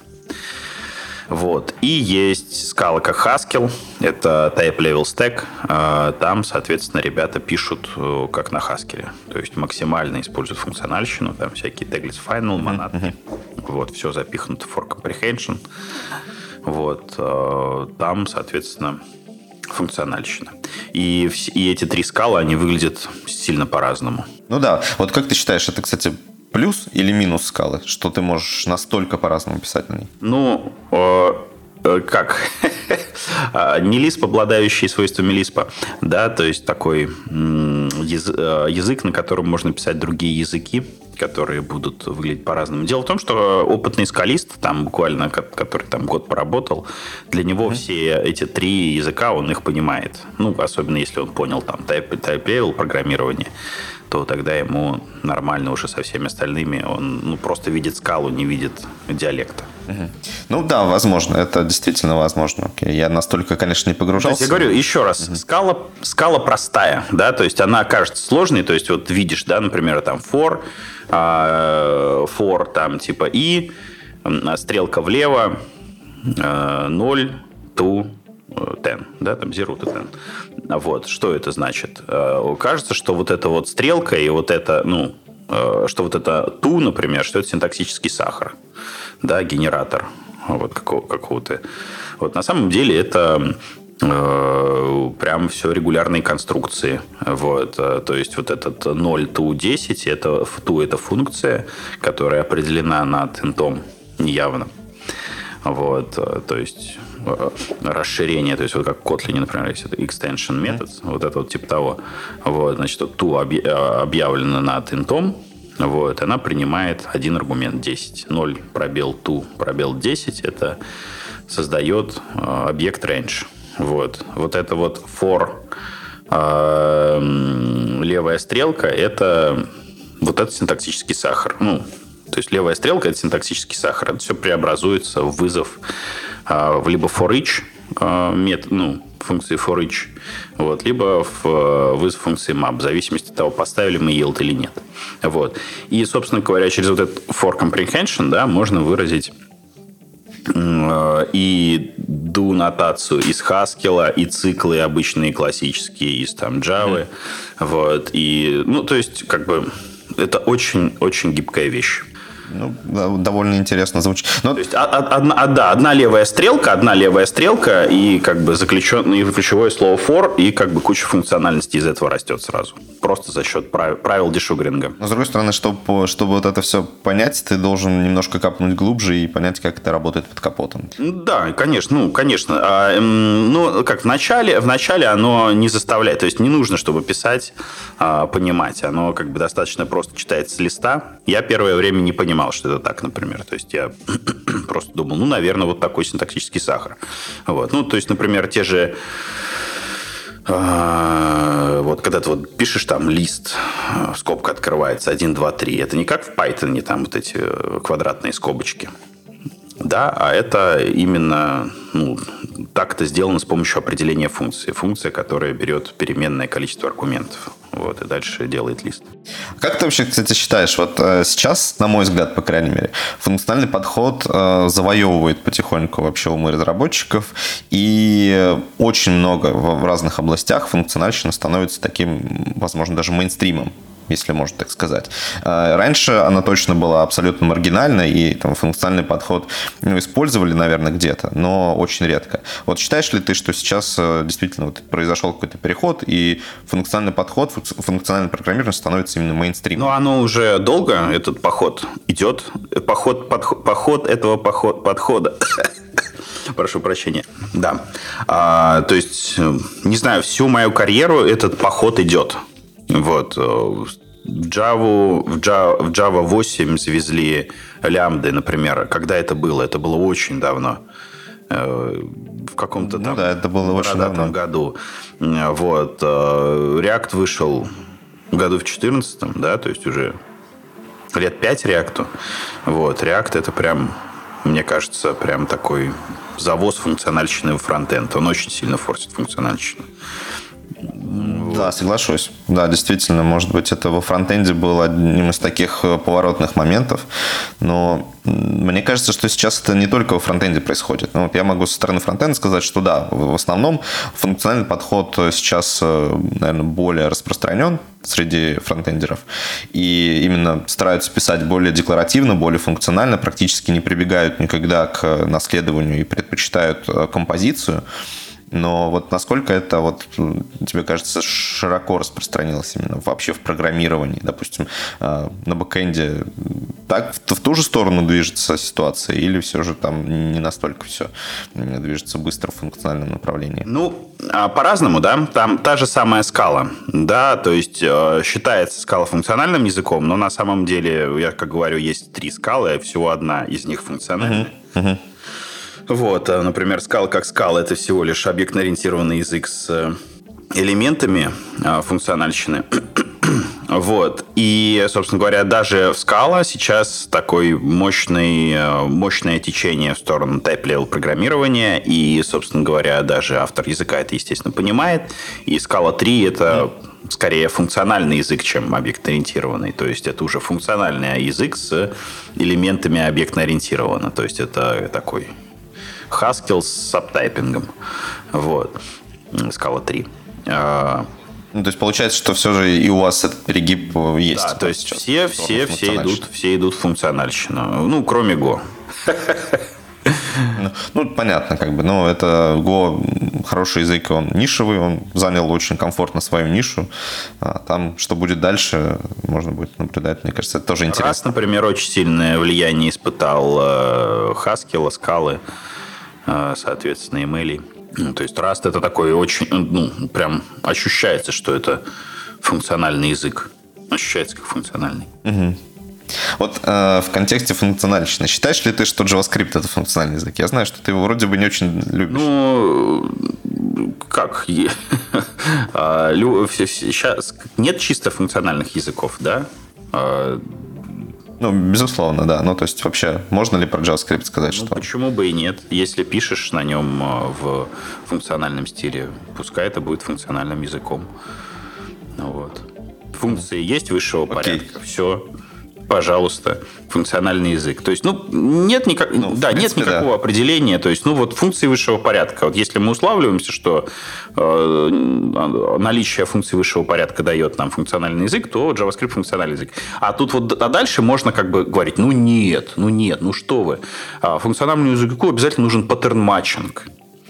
Вот. И есть Scala как Haskell. Это Type Level Stack. Там, соответственно, ребята пишут как на Haskell. То есть максимально используют функциональщину. Там всякие tagless final, монадки. Mm-hmm. Вот. Все запихнуто for comprehension. Вот. Там, соответственно, функциональщина. И, и эти три скалы, они выглядят сильно по-разному. Ну да. Вот как ты считаешь, это, кстати, плюс или минус скалы? Что ты можешь настолько по-разному писать на ней? Ну, э, э, как? Не Lisp, обладающий свойствами Lisp, да, то есть такой язык, на котором можно писать другие языки. которые будут выглядеть по-разному. Дело в том, что опытный скалист, там буквально, который там год поработал, для него mm-hmm. все эти три языка, он их понимает. Ну, особенно если он понял там type-level программирование, то тогда ему нормально уже со всеми остальными. Он ну, просто видит скалу, не видит диалекта. Угу. Ну да, возможно, это действительно возможно. Окей. Я настолько, конечно, не погружался. То есть, я говорю еще раз, угу. скала, скала простая, да, то есть она кажется сложной, то есть вот видишь, да, например, там for, for там типа и, стрелка влево, ноль, to, ten, да, там zero to ten. Вот, что это значит? Кажется, что вот эта вот стрелка и вот это, ну, что вот это to, например, что это синтаксический сахар, да, генератор вот какого- какого-то. Вот на самом деле это э, прям все регулярные конструкции. Вот, то есть вот этот ноль to десять, это, to это функция, которая определена над интом неявно. Вот, то есть расширение, то есть вот как в Kotlin, например, есть это extension methods, mm-hmm. вот это вот типа того. Вот, значит, to объявлено над интом, вот, она принимает один аргумент десять. ноль пробел to пробел десять, это создает э, объект range. Вот, вот это вот for э, левая стрелка, это вот это синтаксический сахар. Ну, то есть левая стрелка – это синтаксический сахар. Это все преобразуется в вызов а, в либо for each а, метод, ну, функции for each, вот, либо в а, вызов функции map, в зависимости от того, поставили мы yield или нет. Вот. И, собственно говоря, через вот этот for comprehension, да, можно выразить и do-нотацию из Haskell, и циклы обычные классические из там Java. Mm. Вот. И, ну, то есть, как бы, это очень-очень гибкая вещь. Ну, довольно интересно звучит. Но... То есть, одна, да, одна левая стрелка, одна левая стрелка, и как бы заключенное и ключевое слово for, и как бы куча функциональности из этого растет сразу. Просто за счет правил, правил дешугринга. Но, с другой стороны, чтобы, чтобы вот это все понять, ты должен немножко копнуть глубже и понять, как это работает под капотом. Да, конечно, ну, конечно. А, ну, как в начале, в начале оно не заставляет, то есть не нужно, чтобы писать, а, понимать. Оно как бы достаточно просто читается с листа. Я первое время не понимал, что это так, например. То есть я просто думал, ну, наверное, вот такой синтаксический сахар. Вот. Ну, то есть, например, те же... Э, вот когда ты вот пишешь там лист, скобка открывается, один, два, три. Это не как в Python, там вот эти квадратные скобочки. Да, а это именно, ну, так это сделано с помощью определения функции. Функция, которая берет переменное количество аргументов. Вот, и дальше делает лист. Как ты вообще, кстати, считаешь, вот э, сейчас, на мой взгляд, по крайней мере, функциональный подход э, завоевывает потихоньку вообще умы разработчиков, и очень много в, в разных областях функциональщина становится таким, возможно, даже мейнстримом, если можно так сказать. Раньше она точно была абсолютно маргинальной, и там, функциональный подход ну, использовали, наверное, где-то, но очень редко. Вот считаешь ли ты, что сейчас действительно вот произошел какой-то переход, и функциональный подход, функциональное программирование становится именно мейнстримом? Ну, оно уже долго, этот поход идет. Поход, подход, поход этого поход, подхода. Прошу прощения. Да. А, то есть, не знаю, всю мою карьеру этот поход идет. Вот. В Java, в Java, в Java восемь завезли лямбды, например. Когда это было? Это было очень давно. В каком-то там ну, да, это было очень давно. году. Вот. React вышел в году в четырнадцатом, да, то есть уже лет пять React. Вот. React это прям, мне кажется, прям такой завоз функциональщины в фронтенд. Он очень сильно форсит функциональщину. Да, соглашусь. Да, действительно, может быть, это во фронтенде был одним из таких поворотных моментов, но мне кажется, что сейчас это не только во фронтенде происходит. Ну, вот я могу со стороны фронтенда сказать, что да, в основном функциональный подход сейчас, наверное, более распространен среди фронтендеров, и именно стараются писать более декларативно, более функционально, практически не прибегают никогда к наследованию и предпочитают композицию. Но вот насколько это, вот, тебе кажется, широко распространилось именно вообще в программировании? Допустим, на бэкэнде так в, в ту же сторону движется ситуация, или все же там не настолько все движется быстро в функциональном направлении? Ну, по-разному, да. Там та же самая Scala, да, то есть считается Scala функциональным языком, но на самом деле, я как говорю, есть три Scala, и всего одна из них функциональная. Uh-huh. Uh-huh. Вот, например, Scala как Scala — это всего лишь объектно-ориентированный язык с элементами функциональщины. Вот. И, собственно говоря, даже в Scala сейчас такой мощный, мощное течение в сторону type-level программирования. И, собственно говоря, даже автор языка это, естественно, понимает. И Scala три — это скорее функциональный язык, чем объектно-ориентированный. То есть это уже функциональный язык с элементами объектно-ориентированного. То есть это такой Haskell с сабтайпингом. Вот. Scala три. Ну, то есть получается, что все же и у вас этот перегиб есть. Да, то есть все, все, все идут, все идут в функциональщину. Ну, кроме Go. Ну, ну, понятно, как бы. Но это Go хороший язык, он нишевый, он занял очень комфортно свою нишу. А там, что будет дальше, можно будет наблюдать. Мне кажется, это тоже интересно. Раз, например, очень сильное влияние испытал Haskell, Scala, соответственно, Emily. Ну, то есть Rust — это такой очень, ну, прям ощущается, что это функциональный язык. Ощущается как функциональный. Угу. Вот э, в контексте функциональщины, считаешь ли ты, что JavaScript — это функциональный язык? Я знаю, что ты его вроде бы не очень любишь. Ну, как? Сейчас нет чисто функциональных языков, да? Ну, безусловно, да. Ну, то есть, вообще, можно ли про JavaScript сказать, ну, что... почему бы и нет? Если пишешь на нем в функциональном стиле, пускай это будет функциональным языком. Вот. Функции mm. есть высшего okay. порядка. Все. Пожалуйста, функциональный язык. То есть, ну, нет, никак... ну, да, принципе, нет никакого да. определения. То есть, ну, вот функции высшего порядка. Вот если мы уславливаемся, что э, наличие функций высшего порядка дает нам функциональный язык, то JavaScript функциональный язык. А тут вот а дальше можно как бы говорить, ну, нет, ну, нет, ну, что вы. А функциональному языку обязательно нужен паттерн-матчинг.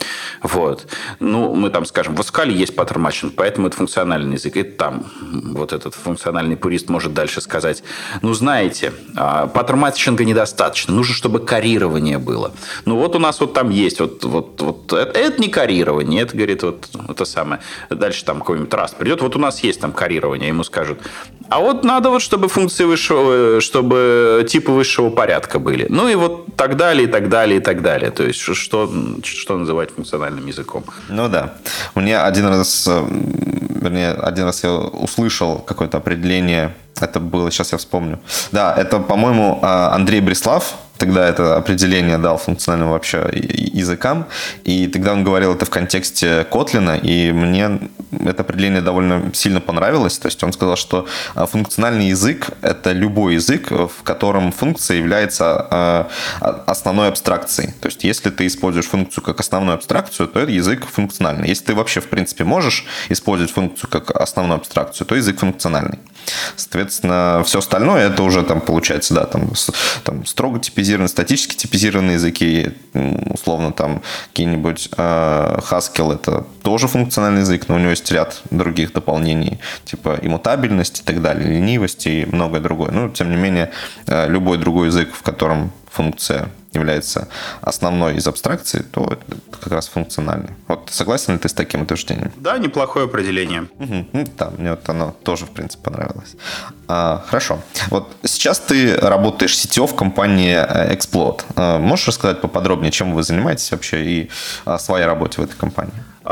Вот. Ну, мы там скажем, в Scala есть паттерн-матчинг, поэтому это функциональный язык. И там вот этот функциональный пурист может дальше сказать, ну, знаете, паттерн-матчинга недостаточно, нужно, чтобы карирование было. Ну, вот у нас вот там есть, вот, вот, вот это, это не карирование, это, говорит, вот это самое. Дальше там какой-нибудь Rust придет, вот у нас есть там карирование, ему скажут, а вот надо вот, чтобы функции высшего, чтобы типы высшего порядка были. Ну, и вот так далее, и так далее, и так далее. То есть, что, что называть функциональным языком. Ну да. У меня один раз, вернее, один раз я услышал какое-то определение, это было, сейчас я вспомню. Да, это, по-моему, Андрей Бреслав тогда это определение дал функциональным вообще языкам, и тогда он говорил это в контексте Kotlin, и мне это определение довольно сильно понравилось. То есть он сказал, что функциональный язык — это любой язык, в котором функция является основной абстракцией. То есть если ты используешь функцию как основную абстракцию, то это язык функциональный. Если ты вообще в принципе можешь использовать функцию как основную абстракцию, то язык функциональный. Соответственно, все остальное это уже там получается, да, там, там строго типизированные, статически типизированные языки, условно там какие-нибудь э, Haskell — это тоже функциональный язык, но у него есть ряд других дополнений, типа иммутабельность и так далее, ленивость и многое другое. Но, тем не менее, э, любой другой язык, в котором функция является основной из абстракций, то это как раз функциональный. Вот согласен ли ты с таким утверждением? Да, неплохое определение. Угу. Ну, да, мне вот оно тоже, в принципе, понравилось. А, хорошо. Вот сейчас ты работаешь си ти о в компании Explode. А, можешь рассказать поподробнее, чем вы занимаетесь вообще и о своей работе в этой компании?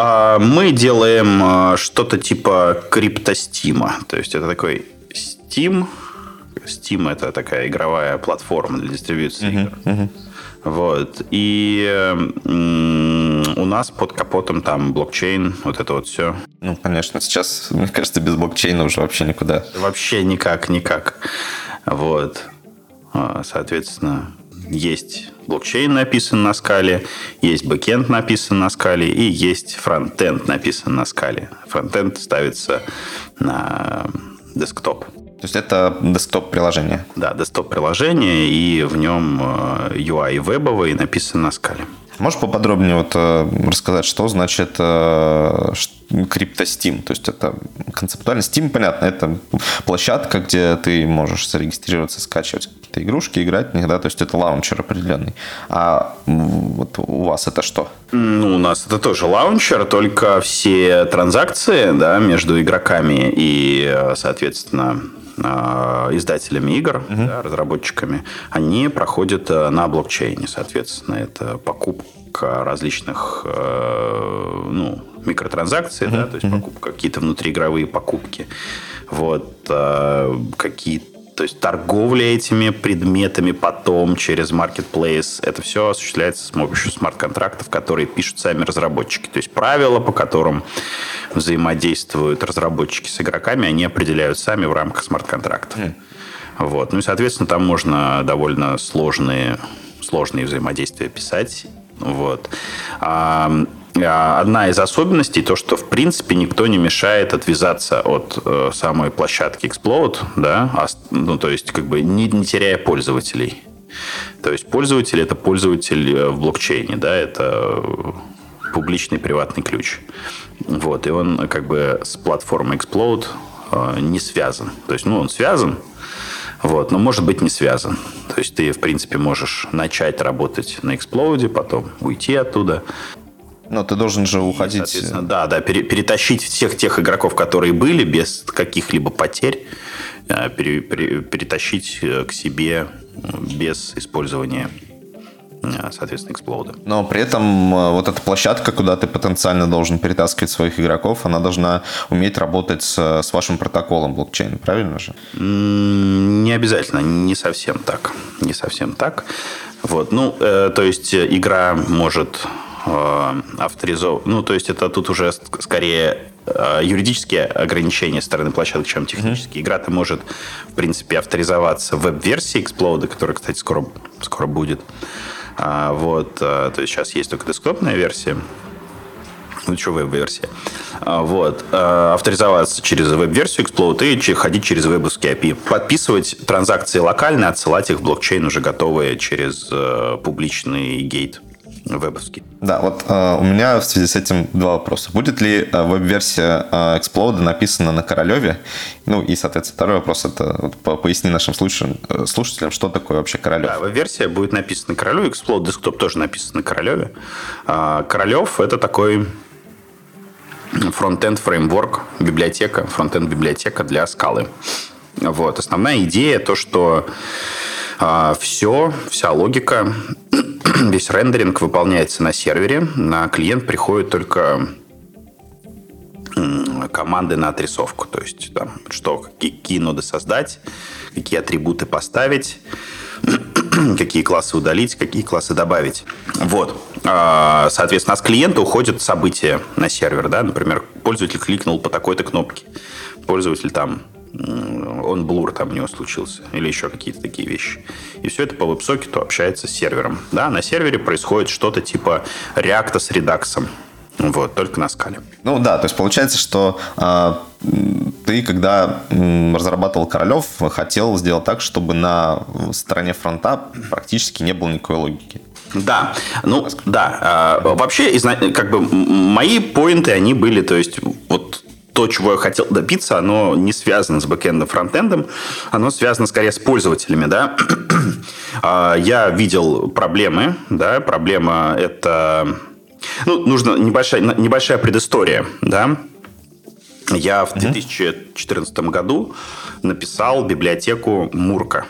Мы делаем что-то типа криптостима. То есть это такой Steam. Steam — это такая игровая платформа для дистрибьюции uh-huh, игр. Uh-huh. Вот. И м- у нас под капотом там блокчейн, вот это вот все. Ну, конечно, сейчас, мне кажется, без блокчейна уже вообще никуда. Вообще никак, никак. Вот. Соответственно, есть блокчейн написан на скале, есть бэкэнд написан на скале и есть фронтенд написан на скале. Фронтенд ставится на десктоп. То есть это десктоп-приложение? Да, десктоп-приложение, и в нем ю ай вебовый написан на скале. Можешь поподробнее вот рассказать, что значит криптостим? То есть это концептуально Steam, понятно, это площадка, где ты можешь зарегистрироваться, скачивать какие-то игрушки, играть в них, да, то есть это лаунчер определенный. А вот у вас это что? Ну, у нас это тоже лаунчер, только все транзакции, да, между игроками и, соответственно, издателями игр, uh-huh. да, разработчиками, они проходят на блокчейне, соответственно, это покупка различных, ну, микротранзакций, uh-huh. да, то есть uh-huh. покупка, какие-то внутриигровые покупки, вот, какие-то, то есть торговля этими предметами потом через marketplace, это все осуществляется с помощью смарт-контрактов, которые пишут сами разработчики. То есть правила, по которым взаимодействуют разработчики с игроками, они определяют сами в рамках смарт-контрактов. Mm. Вот. Ну и, соответственно, там можно довольно сложные, сложные взаимодействия писать. Вот. Одна из особенностей то, что в принципе никто не мешает отвязаться от э, самой площадки Explode, да, а, ну, то есть как бы не, не теряя пользователей. То есть пользователь это пользователь в блокчейне, да, это публичный приватный ключ. Вот, и он как бы с платформой Explode э, не связан. То есть, ну, он связан, вот, но может быть не связан. То есть ты, в принципе, можешь начать работать на Explode, потом уйти оттуда. Но ты должен же уходить... И, да, да, перетащить всех тех игроков, которые были, без каких-либо потерь, пере, пере, перетащить к себе без использования, соответственно, Explode. Но при этом вот эта площадка, куда ты потенциально должен перетаскивать своих игроков, она должна уметь работать с, с вашим протоколом блокчейна, правильно же? Не обязательно, не совсем так. Не совсем так. Вот, ну, э, то есть игра может... авторизован. Ну, то есть, это тут уже скорее юридические ограничения со стороны площадок, чем технические. Mm-hmm. Игра-то может, в принципе, авторизоваться в веб-версии Explode, которая, кстати, скоро, скоро будет. А, вот, то есть, сейчас есть только десктопная версия. Ну, что веб-версия. А, вот. А, авторизоваться через веб-версию Explode и ходить через вебовский эй пи ай. Подписывать транзакции локально, отсылать их в блокчейн уже готовые через uh, публичный гейт. Вебовский. Да, вот э, у меня в связи с этим два вопроса. Будет ли э, веб-версия э, Explode написана на Королеве? Ну и, соответственно, второй вопрос – это вот, по, поясни нашим слушателям, э, слушателям, что такое вообще Королев. Да, веб-версия будет написана на Королеве, Explode Desktop тоже написан на Королеве. А Королев – это такой фронтенд фреймворк, библиотека, фронтенд библиотека для скалы. Вот. Основная идея то, что а, все, вся логика, весь рендеринг выполняется на сервере, на клиент приходят только команды на отрисовку, то есть там, что, какие, какие ноды создать, какие атрибуты поставить, какие классы удалить, какие классы добавить. Вот. Соответственно, с клиента уходят события на сервер. Да? Например, пользователь кликнул по такой-то кнопке. Пользователь там, он блур там у него случился. Или еще какие-то такие вещи. И все это по веб-сокету общается с сервером. Да? На сервере происходит что-то типа React с Redux. Вот, только на скале. Ну да, то есть получается, что э, ты, когда э, разрабатывал Королев, хотел сделать так, чтобы на стороне фронта практически не было никакой логики. Да, ну да. Э, вообще, как бы мои поинты, они были, то есть вот то, чего я хотел добиться, оно не связано с бэкэндом, фронтендом, оно связано скорее с пользователями, да. Я видел проблемы, да, проблема это... Ну, нужна небольшая, небольшая предыстория, да. Я в две тысячи четырнадцатом году написал библиотеку Мурка.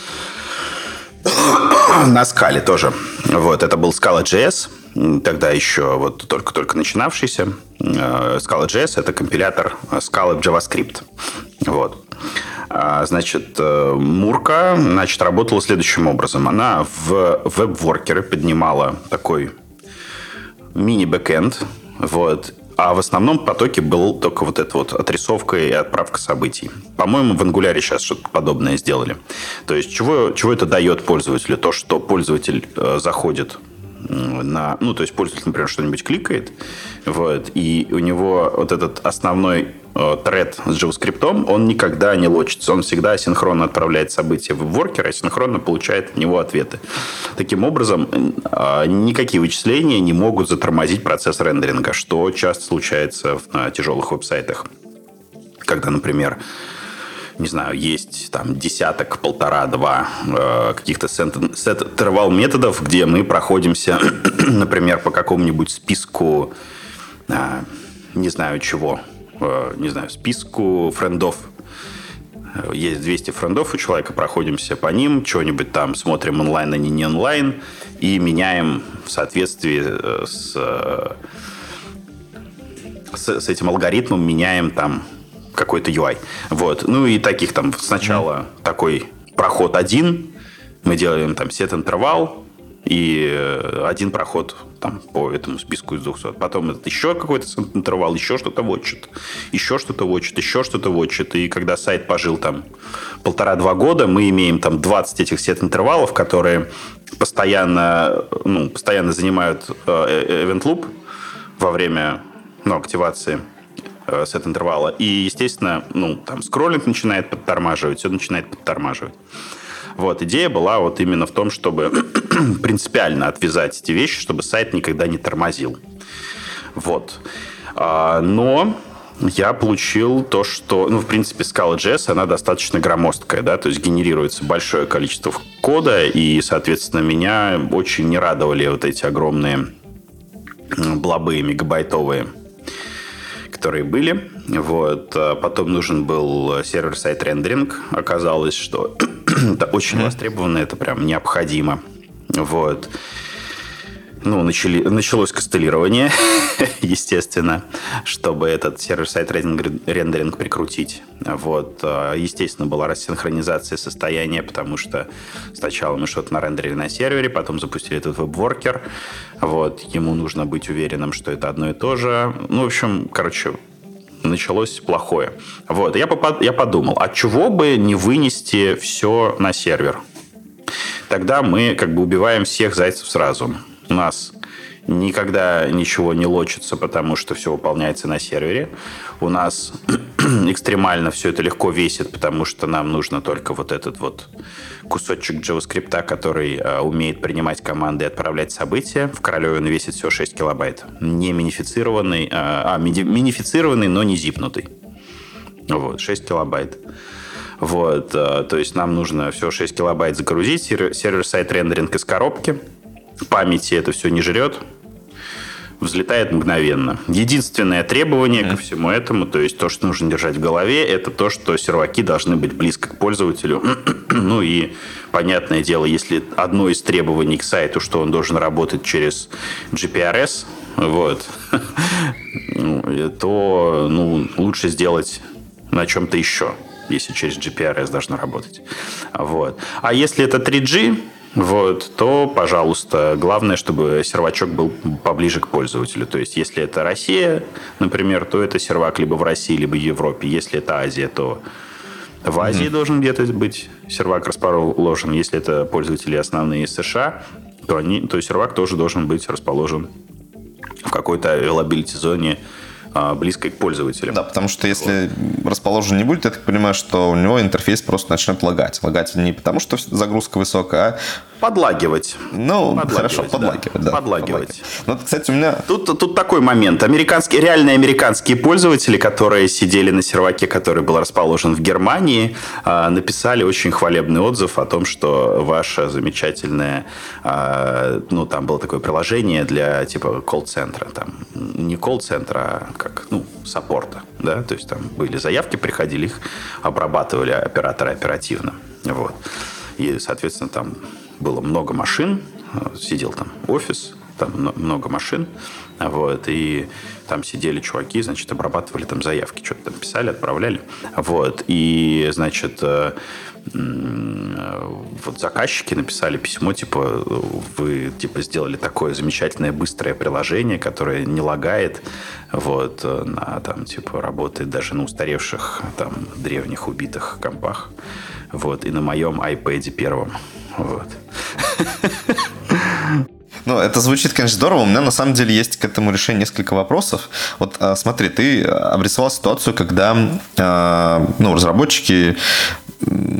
На скале тоже. Вот, это был Scala.js, тогда еще вот только-только начинавшийся. Scala.js – это компилятор Scala в JavaScript. Вот. Значит, Мурка, значит, работала следующим образом. Она в веб-воркеры поднимала такой мини-бэкэнд, вот. А в основном потоке был только вот эта вот отрисовка и отправка событий. По-моему, в Angular сейчас что-то подобное сделали. То есть, чего, чего это дает пользователю? То, что пользователь э, заходит на... Ну, то есть, пользователь, например, что-нибудь кликает, вот, и у него вот этот основной э, тред с JavaScript, он никогда не лочится. Он всегда асинхронно отправляет события в воркер, а синхронно получает от него ответы. Таким образом, э, никакие вычисления не могут затормозить процесс рендеринга, что часто случается на тяжелых веб-сайтах. Когда, например, не знаю, есть там десяток, полтора, два э, каких-то set-interval методов, где мы проходимся, например, по какому-нибудь списку, э, не знаю чего, э, не знаю, списку френдов. Есть двести френдов у человека, проходимся по ним, что-нибудь там смотрим онлайн, а не не онлайн, и меняем в соответствии с, с, с этим алгоритмом, меняем там какой-то ю ай. Вот. Ну и таких там сначала mm-hmm. такой проход один, мы делаем там set-интервал, и один проход там, по этому списку из двухсот. Потом это еще какой-то интервал, еще что-то вотчит, еще что-то вотчит, еще что-то вотчит. И когда сайт пожил там полтора-два года, мы имеем там двадцать этих сет-интервалов, которые постоянно, ну, постоянно занимают э, event loop во время ну, активации э, сет-интервала. И, естественно, ну, там скроллинг начинает подтормаживать, все начинает подтормаживать. Вот, идея была вот именно в том, чтобы принципиально отвязать эти вещи, чтобы сайт никогда не тормозил. Вот. А, но я получил то, что, ну, в принципе, Scala.js, она достаточно громоздкая, да, то есть генерируется большое количество кода, и, соответственно, меня очень не радовали вот эти огромные блобы мегабайтовые, которые были. Вот. Потом нужен был сервер-сайд рендеринг. Оказалось, что это очень mm-hmm. востребовано, это прям необходимо. Вот. Ну, начали, началось кастелирование, естественно, чтобы этот сервер-сайд рендеринг прикрутить. Вот. Естественно, была рассинхронизация состояния, потому что сначала мы что-то нарендерили на сервере, потом запустили этот веб-воркер. Вот. Ему нужно быть уверенным, что это одно и то же. Ну, в общем, короче, началось плохое. Вот. Я, попад... Я подумал, а чего бы не вынести все на сервер? Тогда мы как бы убиваем всех зайцев сразу. У нас никогда ничего не лочится, потому что все выполняется на сервере. У нас экстремально все это легко весит, потому что нам нужно только вот этот вот кусочек JavaScript, который э, умеет принимать команды и отправлять события. В Королеве он весит всего шесть килобайт. Не минифицированный, э, а, ми- минифицированный, но не зипнутый. Вот, шесть килобайт. Вот, э, то есть нам нужно всего шесть килобайт загрузить, сервер-сайд рендеринг из коробки. Памяти это все не жрет, взлетает мгновенно. Единственное требование mm-hmm. ко всему этому, то есть то, что нужно держать в голове, это то, что серваки должны быть близко к пользователю. Ну и, понятное дело, если одно из требований к сайту, что он должен работать через джи пи ар эс, вот, то ну, лучше сделать на чем-то еще, если через джи пи ар эс должно работать. Вот. А если это три джи, вот, то, пожалуйста, главное, чтобы сервачок был поближе к пользователю. То есть, если это Россия, например, то это сервак либо в России, либо в Европе. Если это Азия, то в Азии mm-hmm. должен где-то быть сервак расположен. Если это пользователи основные из США, то, они, то сервак тоже должен быть расположен в какой-то availability зоне близкой к пользователям. Да, потому что если вот. расположен не будет, я так понимаю, что у него интерфейс просто начнет лагать. Лагать не потому, что загрузка высокая, а... Подлагивать. Ну, подлагивать, хорошо, подлагивать. Да. Да, подлагивать. Ну, кстати, у меня... Тут, тут такой момент. Американские, реальные американские пользователи, которые сидели на серваке, который был расположен в Германии, написали очень хвалебный отзыв о том, что ваше замечательное... Ну, там было такое приложение для, типа, колл-центра. Там, не колл-центра, а как, ну, саппорта, да, то есть там были заявки, приходили, их обрабатывали операторы оперативно, вот, и, соответственно, там было много машин, сидел там офис, там много машин, вот, и там сидели чуваки, значит, обрабатывали там заявки, что-то там писали, отправляли, вот, и, значит, вот заказчики написали письмо, типа, вы, типа, сделали такое замечательное быстрое приложение, которое не лагает, вот, на, там, типа, работает даже на устаревших, там, древних убитых компах, вот, и на моем iPad первом, вот. Ну, это звучит, конечно, здорово. У меня, на самом деле, есть к этому решению несколько вопросов. Вот смотри, ты обрисовал ситуацию, когда ну, разработчики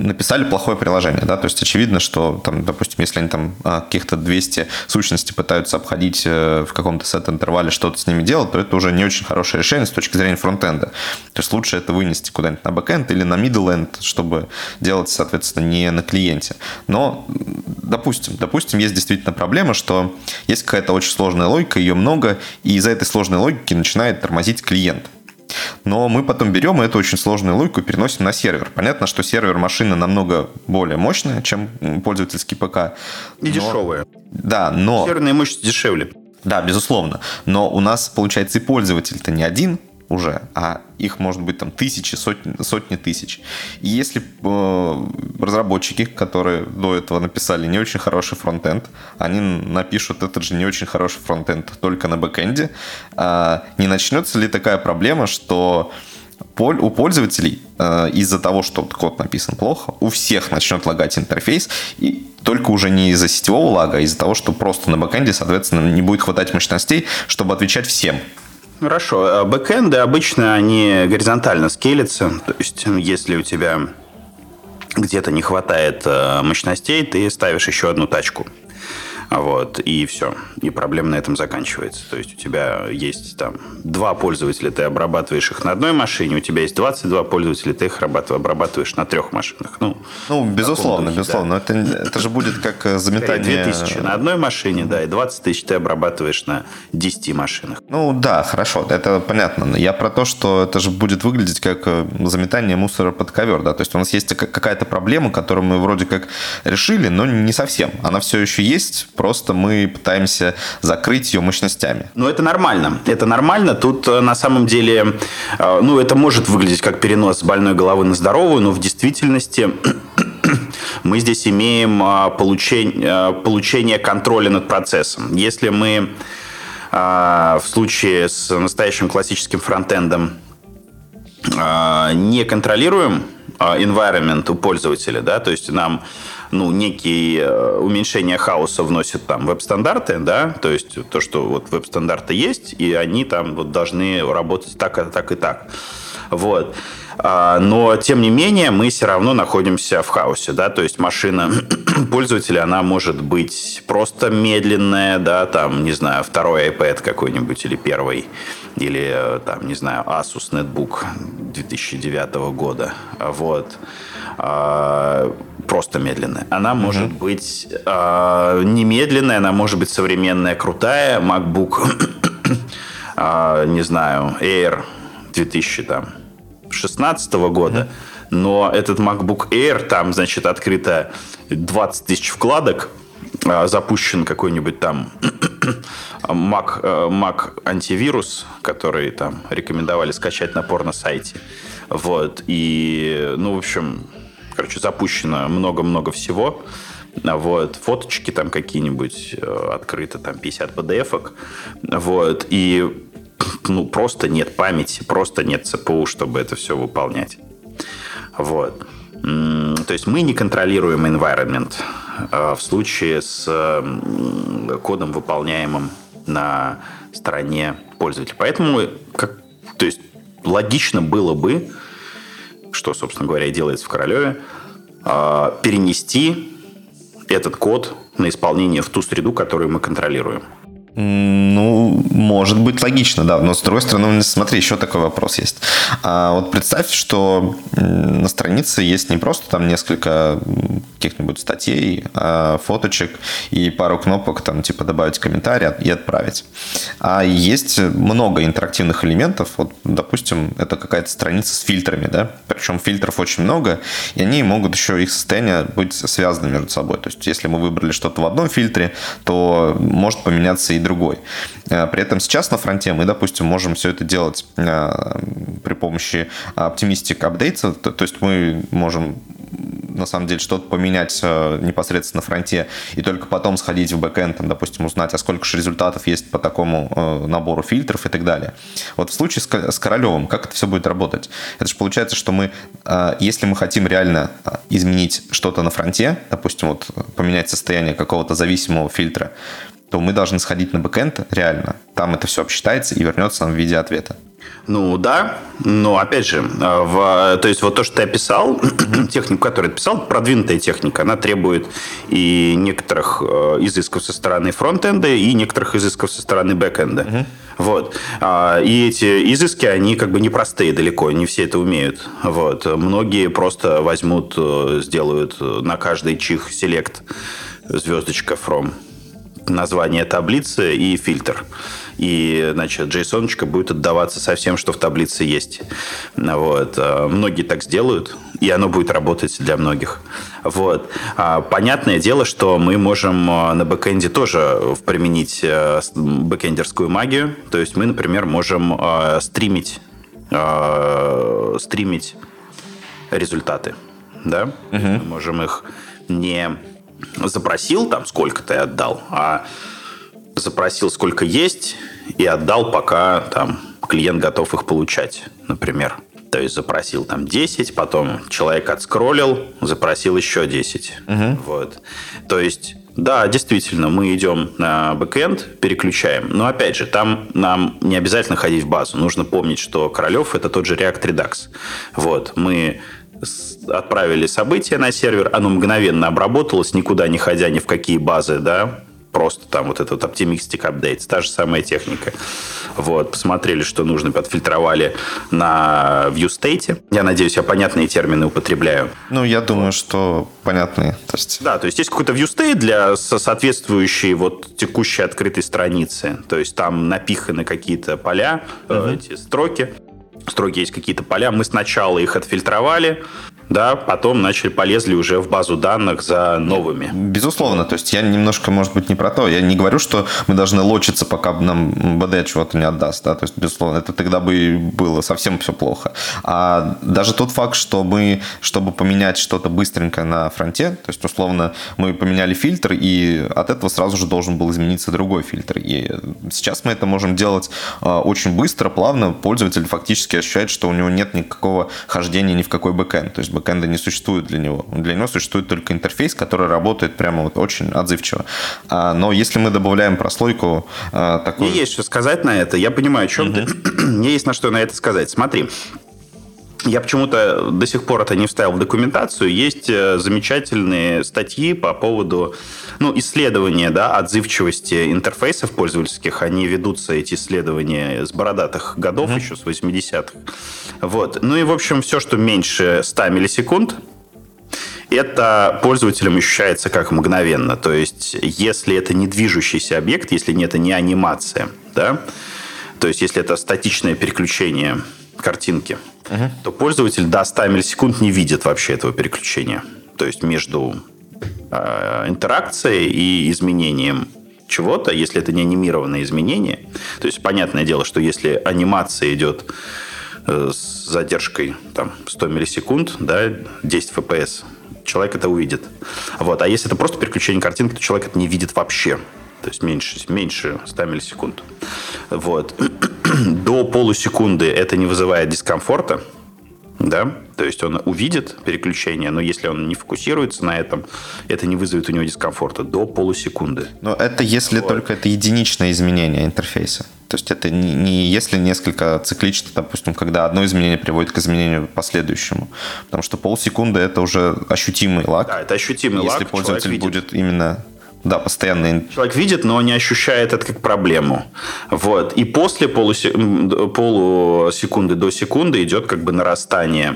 написали плохое приложение, да, то есть очевидно, что, там, допустим, если они там каких-то двести сущностей пытаются обходить в каком-то сет-интервале, что-то с ними делать, то это уже не очень хорошее решение с точки зрения фронтенда. То есть лучше это вынести куда-нибудь на бэкэнд или на middle-end, чтобы делать, соответственно, не на клиенте. Но, допустим, допустим, есть действительно проблема, что есть какая-то очень сложная логика, ее много, и из-за этой сложной логики начинает тормозить клиент. Но мы потом берем эту очень сложную логику и переносим на сервер. Понятно, что сервер машина намного более мощная, чем пользовательский ПК. И но... дешевая. Да, но... Серверная мощность дешевле. Да, безусловно. Но у нас, получается, и пользователь-то не один уже, а их может быть там тысячи, сотни, сотни тысяч. И если э, разработчики, которые до этого написали не очень хороший фронтенд, они напишут этот же не очень хороший фронтенд только на бэкэнде, э, не начнется ли такая проблема, что у пользователей э, из-за того, что код написан плохо, у всех начнет лагать интерфейс, и только уже не из-за сетевого лага, а из-за того, что просто на бэкэнде, соответственно, не будет хватать мощностей, чтобы отвечать всем. Хорошо. Бэкэнды обычно они горизонтально скейлятся. То есть, если у тебя где-то не хватает мощностей, ты ставишь еще одну тачку. Вот, и все. И проблема на этом заканчивается. То есть у тебя есть там два пользователя, ты обрабатываешь их на одной машине, у тебя есть двадцать два пользователя, ты их обрабатываешь на трех машинах. Ну, ну безусловно, духе, безусловно. Да. Это, это же будет как заметание... две тысячи на одной машине, да, и двадцать тысяч ты обрабатываешь на десяти машинах. Ну да, хорошо, это понятно. Я про то, что это же будет выглядеть как заметание мусора под ковер. Да? То есть у нас есть какая-то проблема, которую мы вроде как решили, но не совсем. Она все еще есть, просто мы пытаемся закрыть ее мощностями. Ну, это нормально. Это нормально. Тут, на самом деле, ну, это может выглядеть как перенос с больной головы на здоровую, но в действительности мы здесь имеем получение, получение контроля над процессом. Если мы в случае с настоящим классическим фронтендом не контролируем environment у пользователя, да, то есть нам ну, некие уменьшения хаоса вносят там веб-стандарты, да, то есть то, что вот веб-стандарты есть, и они там вот должны работать так, так и так. Вот. Но, тем не менее, мы все равно находимся в хаосе, да, то есть машина пользователя, она может быть просто медленная, да, там, не знаю, второй iPad какой-нибудь или первый, или, там, не знаю, Asus Netbook две тысячи девятого года, вот. Просто медленная. Она может uh-huh. быть э, немедленная, она может быть современная, крутая. MacBook, э, не знаю, Air две тысячи шестнадцатого года. Uh-huh. Но этот MacBook Air, там, значит, открыто двадцать тысяч вкладок, э, запущен какой-нибудь там Mac, э, Mac антивирус, который там рекомендовали скачать на порно-сайте. Вот. И, ну, в общем... Короче, запущено много-много всего. Вот. Фоточки там какие-нибудь открыты, там пятьдесят пи ди эф-ок. Вот. И ну, просто нет памяти, просто нет си пи ю, чтобы это все выполнять. Вот. То есть мы не контролируем environment в случае с кодом, выполняемым на стороне пользователя. Поэтому, как, то есть, логично было бы, что, собственно говоря, и делается в Королеве, перенести этот код на исполнение в ту среду, которую мы контролируем. Ну, может быть логично, да. Но, с другой стороны, смотри, еще такой вопрос есть. А вот представь, что на странице есть не просто там несколько каких-нибудь статей, фоточек и пару кнопок, там, типа добавить комментарий и отправить. А есть много интерактивных элементов. Вот, допустим, это какая-то страница с фильтрами, да. Причем фильтров очень много, и они могут еще, их состояние быть связаны между собой. То есть, если мы выбрали что-то в одном фильтре, то может поменяться и другой. При этом сейчас на фронте мы, допустим, можем все это делать при помощи Optimistic Updates, то есть мы можем на самом деле что-то поменять непосредственно на фронте и только потом сходить в бэкэнд, там, допустим, узнать, а сколько же результатов есть по такому набору фильтров и так далее. Вот в случае с Королевым, как это все будет работать? Это же получается, что мы, если мы хотим реально изменить что-то на фронте, допустим, вот поменять состояние какого-то зависимого фильтра, то мы должны сходить на бэкэнд реально. Там это все обсчитается и вернется нам в виде ответа. Ну да, но опять же, в, то есть вот то, что ты описал, технику, которую ты описал, продвинутая техника, она требует и некоторых изысков со стороны фронтенда, и некоторых изысков со стороны бэкенда. Uh-huh. Вот. И эти изыски, они как бы непростые далеко, не все это умеют. Вот. Многие просто возьмут, сделают на каждый чих селект звездочка from название таблицы и фильтр. И, значит, JSON-очка будет отдаваться со всем, что в таблице есть. Вот. Многие так сделают, и оно будет работать для многих. Вот. Понятное дело, что мы можем на бэкэнде тоже применить бэкэндерскую магию. То есть мы, например, можем стримить, стримить результаты. Да? Угу. Мы можем их не запросил, там, сколько ты отдал, а запросил, сколько есть, и отдал, пока там клиент готов их получать, например. То есть запросил там десять, потом человек отскроллил, запросил еще десять. Uh-huh. Вот. То есть, да, действительно, мы идем на бэкэнд, переключаем. Но, опять же, там нам не обязательно ходить в базу. Нужно помнить, что Королев – это тот же React Redux. Вот. Мы отправили событие на сервер, оно мгновенно обработалось, никуда не ходя ни в какие базы, да, просто там вот этот Optimistic Update, та же самая техника. Вот, посмотрели, что нужно, подфильтровали на ViewState. Я надеюсь, я понятные термины употребляю. Ну, я думаю, что понятные. То есть... Да, то есть есть какой-то ViewState для соответствующей вот текущей открытой страницы. То есть там напиханы какие-то поля, uh-huh. эти строки. В строке есть какие-то поля. Мы сначала их отфильтровали, да, потом начали, полезли уже в базу данных за новыми. Безусловно, то есть я немножко, может быть, не про то. Я не говорю, что мы должны лочиться, пока нам бэ дэ чего-то не отдаст, да, то есть, безусловно, это тогда бы было совсем все плохо. А даже тот факт, что мы, чтобы поменять что-то быстренько на фронте, то есть, условно, мы поменяли фильтр, и от этого сразу же должен был измениться другой фильтр. И сейчас мы это можем делать очень быстро, плавно. Пользователь фактически ощущает, что у него нет никакого хождения ни в какой бэкэнд. То есть бэкэнда не существует для него. Для него существует только интерфейс, который работает прямо вот очень отзывчиво. Но если мы добавляем прослойку такую... Мне есть что сказать на это. Я понимаю, о чем mm-hmm. ты. Мне есть на что на это сказать. Смотри. Я почему-то до сих пор это не вставил в документацию. Есть замечательные статьи по поводу ну, исследования да, отзывчивости интерфейсов пользовательских. Они ведутся, эти исследования, с бородатых годов, mm-hmm. еще с восьмидесятых. Вот. Ну и, в общем, все, что меньше ста миллисекунд, это пользователям ощущается как мгновенно. То есть, если это не движущийся объект, если это не анимация, да, то есть, если это статичное переключение картинки, uh-huh. то пользователь до ста миллисекунд не видит вообще этого переключения. То есть между э, интеракцией и изменением чего-то, если это не анимированное изменение. То есть понятное дело, что если анимация идет э, с задержкой там, сто миллисекунд, да, десять эф пи эс, человек это увидит. Вот. А если это просто переключение картинки, то человек это не видит вообще. То есть меньше, меньше ста миллисекунд. Вот. До полусекунды это не вызывает дискомфорта. Да? То есть он увидит переключение, но если он не фокусируется на этом, это не вызовет у него дискомфорта. До полусекунды. Но это если вот. Только это единичное изменение интерфейса. То есть это не, не если несколько циклично, допустим, когда одно изменение приводит к изменению последующему. Потому что полсекунды это уже ощутимый лаг. Да, это ощутимый если лаг. Если пользователь будет именно... Да, постоянно. Человек видит, но не ощущает это как проблему. Вот. И после полусекунды до секунды идет как бы нарастание,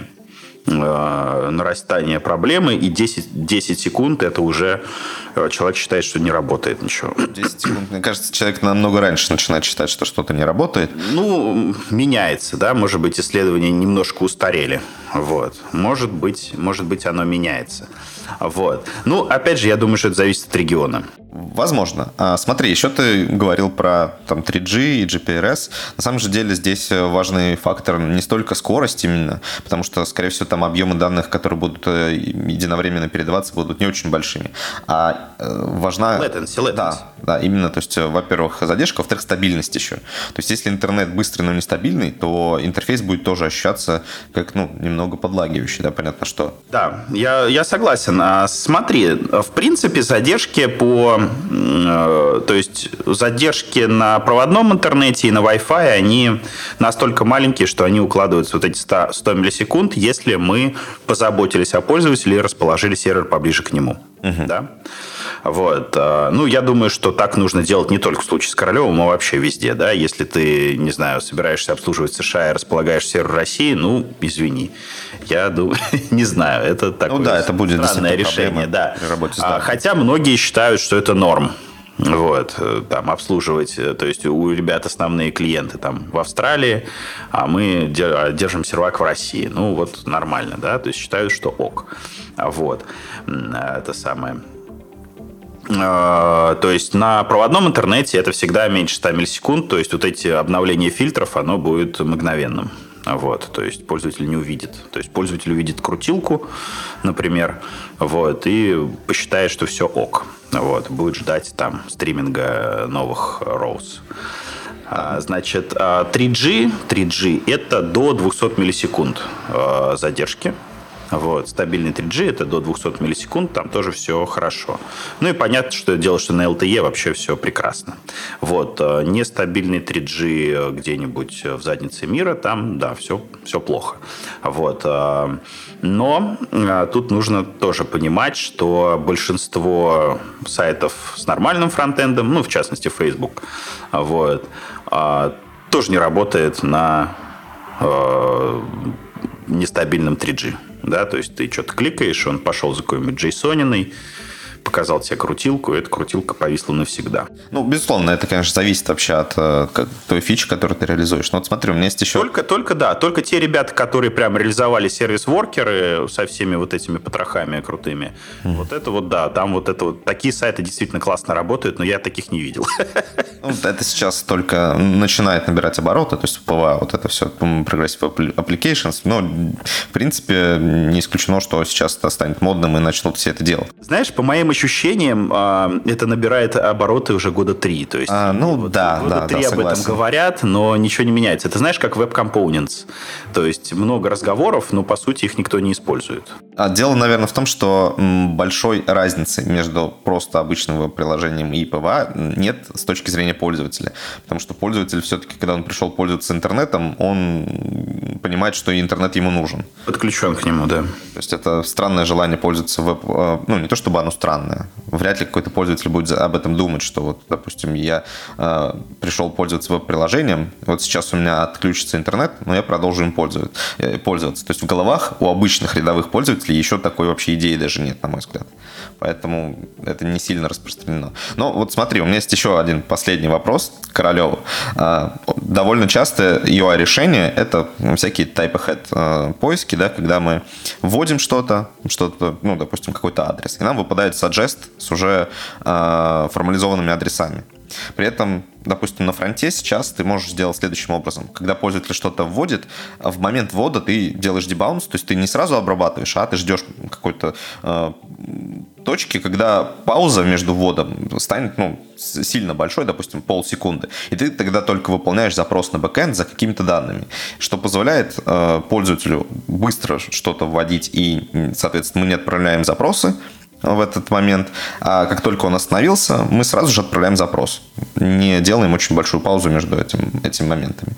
э, нарастание проблемы. И десять, десять секунд это уже человек считает, что не работает ничего. десять секунд. Мне кажется, человек намного раньше начинает считать, что что-то не работает. Ну, меняется, да. Может быть, исследования немножко устарели. Вот. Может быть, может быть, оно меняется. Вот. Ну, опять же, я думаю, что это зависит от региона. Возможно. А, смотри, еще ты говорил про там, три джи и джи пи ар эс. На самом же деле здесь важный фактор не столько скорость именно, потому что, скорее всего, там объемы данных, которые будут единовременно передаваться, будут не очень большими. А важна... Latency, latency. Да, да, именно. То есть, во-первых, задержка, во-вторых, стабильность еще. То есть, если интернет быстрый, но нестабильный, то интерфейс будет тоже ощущаться как, ну, немного подлагивающий, да, понятно, что. Да, я, я согласен. Смотри, в принципе, задержки по то есть задержки на проводном интернете и на Wi-Fi, они настолько маленькие, что они укладываются вот эти сто, сто миллисекунд, если мы позаботились о пользователе и расположили сервер поближе к нему. Uh-huh. Да? Вот. Ну, я думаю, что так нужно делать не только в случае с Королевым, а вообще везде. Да? Если ты, не знаю, собираешься обслуживать США и располагаешь сервер России, ну, извини. Я думаю, не знаю, это такое ну, да, это будет странное решение. Да. При работе с данными. Хотя многие считают, что это норм. Вот, там, обслуживать, то есть у ребят основные клиенты там в Австралии, а мы держим сервак в России. Ну, вот нормально, да, то есть считают, что ок. Вот, это самое. То есть на проводном интернете это всегда меньше ста миллисекунд, то есть вот эти обновления фильтров, оно будет мгновенным. Вот, то есть пользователь не увидит. То есть пользователь увидит крутилку, например, вот, и посчитает, что все ок. Вот, будет ждать там стриминга новых роуз. Значит, три джи, три джи это до двухсот миллисекунд задержки. Вот. Стабильный три джи это до двухсот миллисекунд, там тоже все хорошо. Ну и понятно, что дело, что на эл ти и вообще все прекрасно. Вот. Нестабильный три джи где-нибудь в заднице мира, там, да, все, все плохо. Вот. Но тут нужно тоже понимать, что большинство сайтов с нормальным фронтендом, ну, в частности, Facebook, вот, тоже не работает на нестабильном три джи. Да, то есть ты что-то кликаешь, он пошел за какой-нибудь джейсониной, показал тебе крутилку, и эта крутилка повисла навсегда. Ну, безусловно, это, конечно, зависит вообще от э, той фичи, которую ты реализуешь. Но вот смотри, у меня есть еще... Только, только, да, только те ребята, которые прям реализовали сервис-воркеры со всеми вот этими потрохами крутыми, mm. вот это вот, да, там вот это вот, такие сайты действительно классно работают, но я таких не видел. Ну, это сейчас только начинает набирать обороты, то есть пи ви эй, вот это все, Progressive Applications, но, в принципе, не исключено, что сейчас это станет модным и начнут все это делать. Знаешь, по моим ощущениям, это набирает обороты уже года три. То есть, а, ну, вот да, года да, три да, об этом говорят, но ничего не меняется. Это знаешь, как Web Components. То есть много разговоров, но по сути их никто не использует. А дело, наверное, в том, что большой разницы между просто обычным веб-приложением и пи ви эй нет с точки зрения пользователя. Потому что пользователь все-таки, когда он пришел пользоваться интернетом, он понимает, что и интернет ему нужен. Подключен к нему, да. То есть это странное желание пользоваться веб... Ну, не то чтобы оно странное. Вряд ли какой-то пользователь будет об этом думать, что вот, допустим, я э, пришел пользоваться веб-приложением, вот сейчас у меня отключится интернет, но я продолжу им пользоваться. пользоваться. То есть в головах у обычных рядовых пользователей еще такой вообще идеи даже нет, на мой взгляд. Поэтому это не сильно распространено. Но вот смотри, у меня есть еще один последний вопрос к Королеву. Э, довольно часто ю ай-решение — это всякие type-ahead поиски, да, когда мы вводим что-то, что-то, ну, допустим, какой-то адрес, и нам выпадает suggest с уже э, формализованными адресами. При этом, допустим, на фронте сейчас ты можешь сделать следующим образом. Когда пользователь что-то вводит, в момент ввода ты делаешь дебаунс, то есть ты не сразу обрабатываешь, а ты ждешь какой-то э, точки, когда пауза между вводом станет, ну, сильно большой, допустим, полсекунды. И ты тогда только выполняешь запрос на бэкэнд за какими-то данными, что позволяет э, пользователю быстро что-то вводить, и, соответственно, мы не отправляем запросы в этот момент. А как только он остановился, мы сразу же отправляем запрос. Не делаем очень большую паузу между этим, этими моментами.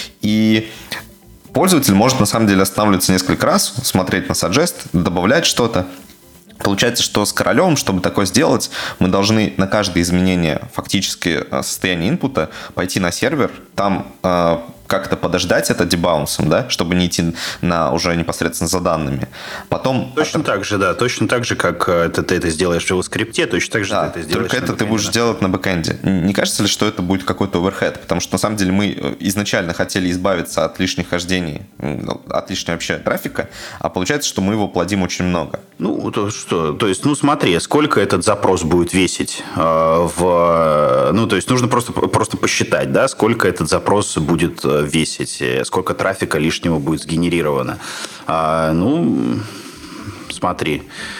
И пользователь может, на самом деле, останавливаться несколько раз, смотреть на suggest, добавлять что-то. Получается, что с Королевым, чтобы такое сделать, мы должны на каждое изменение фактически состояния инпута пойти на сервер, там э, как-то подождать это дебаунсом, да, чтобы не идти на уже непосредственно за данными. Потом точно это... так же, да, точно так же, как это, ты это сделаешь в JavaScript, точно так же да, ты это сделаешь. Только это ты будешь делать на бэкэнде. Не кажется ли, что это будет какой-то оверхед? Потому что на самом деле мы изначально хотели избавиться от лишних хождений, от лишнего вообще трафика, а получается, что мы его плодим очень много. Ну, то что, то есть, ну смотри, сколько этот запрос будет весить э, в, ну, то есть нужно просто просто посчитать, да, сколько этот запрос будет весить, сколько трафика лишнего будет сгенерировано. А, ну, смотри.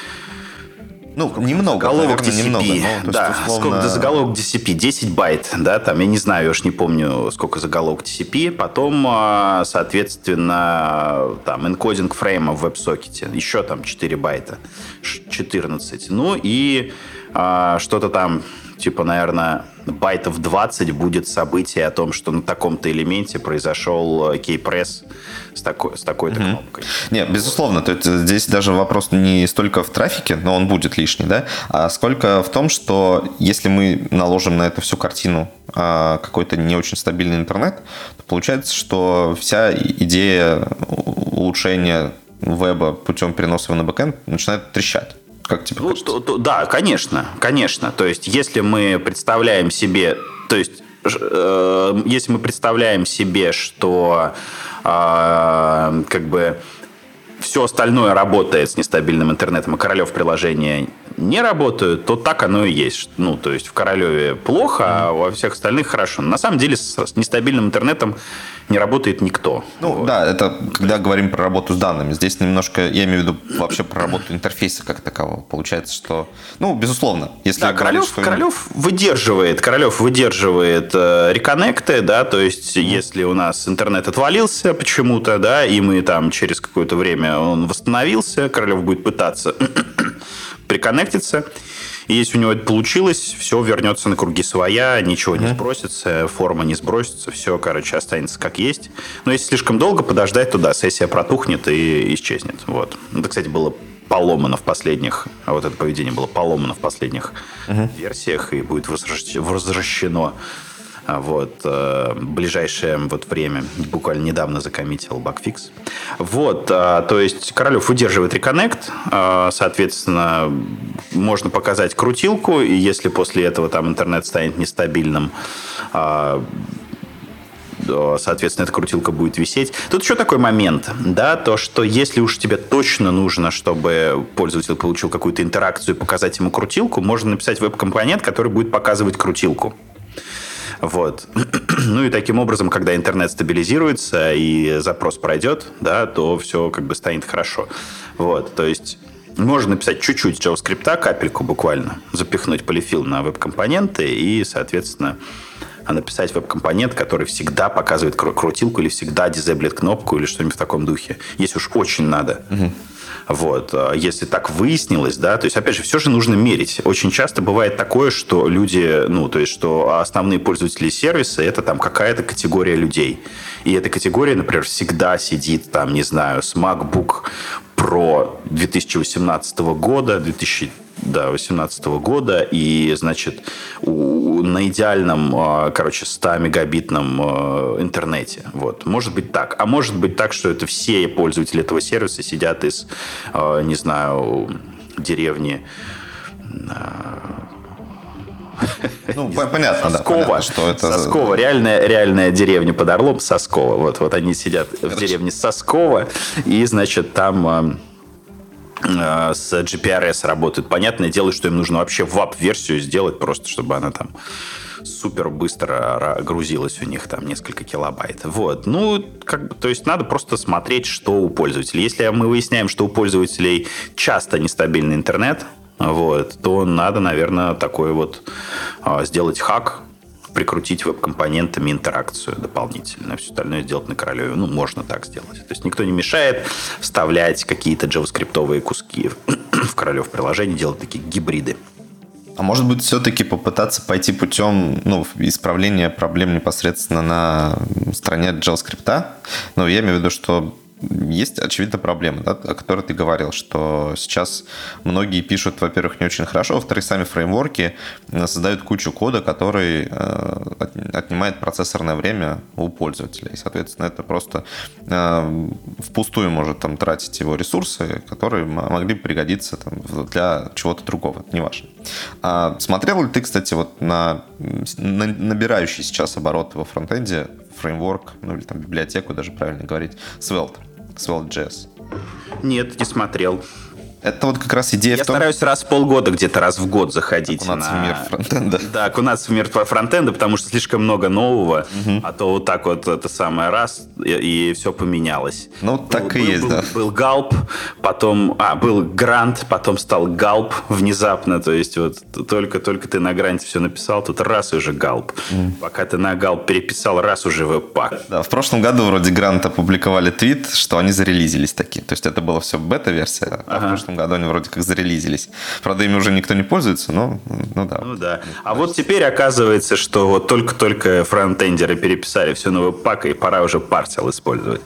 Ну, немного, заголовок наверное, ди си пи. Немного, но, да, есть, условно... сколько заголовок ди си пи? десять байт, да, там, я не знаю, я уж не помню, сколько заголовок ди си пи. Потом, соответственно, там, энкодинг фрейма в веб-сокете, еще там четыре байта, четырнадцать. Ну, и а, что-то там типа, наверное, байтов двадцать будет событие о том, что на таком-то элементе произошел кей-пресс с, такой, с такой-то mm-hmm. кнопкой. Нет, безусловно. То есть здесь даже вопрос не столько в трафике, но он будет лишний, да, а сколько в том, что если мы наложим на эту всю картину какой-то не очень стабильный интернет, то получается, что вся идея улучшения веба путем переноса его на бэкэнд начинает трещать. Как тебе ну, кажется? То, то, да, конечно, конечно. То есть, если мы представляем себе, то есть, э, если мы представляем себе, что э, как бы все остальное работает с нестабильным интернетом, а Королев приложения не работают, то так оно и есть. Ну, то есть в Королеве плохо, а во всех остальных хорошо. На самом деле с нестабильным интернетом не работает никто. Ну, вот. Да, это когда говорим про работу с данными. Здесь немножко, я имею в виду вообще про работу интерфейса как такового. Получается, что, ну, безусловно, если да, Королев, говорить, что... Королев выдерживает, Королев выдерживает э, реконнекты, да, то есть mm-hmm. если у нас интернет отвалился почему-то, да, и мы там через какое-то время он восстановился, Королев будет пытаться приконнектиться. И если у него это получилось, все вернется на круги своя, ничего mm-hmm. не сбросится, форма не сбросится, все, короче, останется как есть. Но если слишком долго подождать, то да, сессия протухнет и исчезнет. Вот. Это, кстати, было поломано в последних, а вот это поведение было поломано в последних mm-hmm. версиях и будет возвращено вот, в ближайшее вот время. Буквально недавно закоммитил багфикс. Вот, то есть Королев выдерживает реконнект, соответственно, можно показать крутилку, и если после этого там интернет станет нестабильным, соответственно, эта крутилка будет висеть. Тут еще такой момент, да, то, что если уж тебе точно нужно, чтобы пользователь получил какую-то интеракцию и показать ему крутилку, можно написать веб-компонент, который будет показывать крутилку. Вот. Ну и таким образом, когда интернет стабилизируется и запрос пройдет, да, то все как бы станет хорошо. Вот. То есть можно написать чуть-чуть JavaScript, капельку буквально, запихнуть полифил на веб-компоненты и, соответственно, написать веб-компонент, который всегда показывает крутилку или всегда дизейблит кнопку или что-нибудь в таком духе, если уж очень надо. Угу. Вот. Если так выяснилось, да, то есть, опять же, все же нужно мерить. Очень часто бывает такое, что люди, ну, то есть, что основные пользователи сервиса – это там какая-то категория людей. И эта категория, например, всегда сидит там, не знаю, с MacBook Pro две тысячи восемнадцатого года, две тысячи восемнадцатого года, и, значит, у, на идеальном, короче, сто мегабитном интернете. Вот. Может быть так. А может быть так, что это все пользователи этого сервиса сидят из, не знаю, деревни... Ну, понятно, Соскова, да, понятно, что это... Соскова, реальная, реальная деревня под Орлом, Соскова. Вот, вот они сидят в деревне Соскова, и, значит, там... с джи пи ар эс работают. Понятное дело, что им нужно вообще веб-версию сделать, просто чтобы она там супер быстро грузилась у них, там несколько килобайт. Вот. Ну, как бы, то есть надо просто смотреть, что у пользователей. Если мы выясняем, что у пользователей часто нестабильный интернет, вот, то надо, наверное, такой вот сделать хак, прикрутить веб-компонентами интеракцию дополнительно. Все остальное сделать на Королеве. Ну, можно так сделать. То есть никто не мешает вставлять какие-то джаваскриптовые куски в Королев приложение, делать такие гибриды. А может быть, все-таки попытаться пойти путем, ну, исправления проблем непосредственно на стороне JavaScript? Ну, я имею в виду, что есть, очевидно, проблема, да, о которой ты говорил, что сейчас многие пишут, во-первых, не очень хорошо, во-вторых, сами фреймворки создают кучу кода, который отнимает процессорное время у пользователя. И, соответственно, это просто впустую может там тратить его ресурсы, которые могли бы пригодиться там, для чего-то другого, неважно. А смотрел ли ты, кстати, вот на, на набирающий сейчас обороты во фронтенде фреймворк, ну или там библиотеку, даже правильно говорить, Svelte, Svelte.js? Нет, не смотрел. Это вот как раз идея Я в том... Я стараюсь раз в полгода, где-то раз в год заходить. Окунаться на... в мир фронтенда. Да, окунаться в мир фронтенда, потому что слишком много нового, угу. а то вот так вот это самое раз, и, и все поменялось. Ну, так был, и есть, был, да. Был Галп, потом... А, был Грант, потом стал Галп внезапно, то есть вот только-только ты на Гранте все написал, тут раз уже Галп. Mm. Пока ты на Галп переписал, раз уже веб-пак. Да, в прошлом году вроде Грант опубликовали твит, что они зарелизились такие. То есть это была все бета-версия, а ага. в прошлом этом году они вроде как зарелизились. Правда, ими уже никто не пользуется, но ну да. Ну да. А вот теперь оказывается, что вот только-только фронтендеры переписали все на веб-пак, и пора уже Parcel использовать.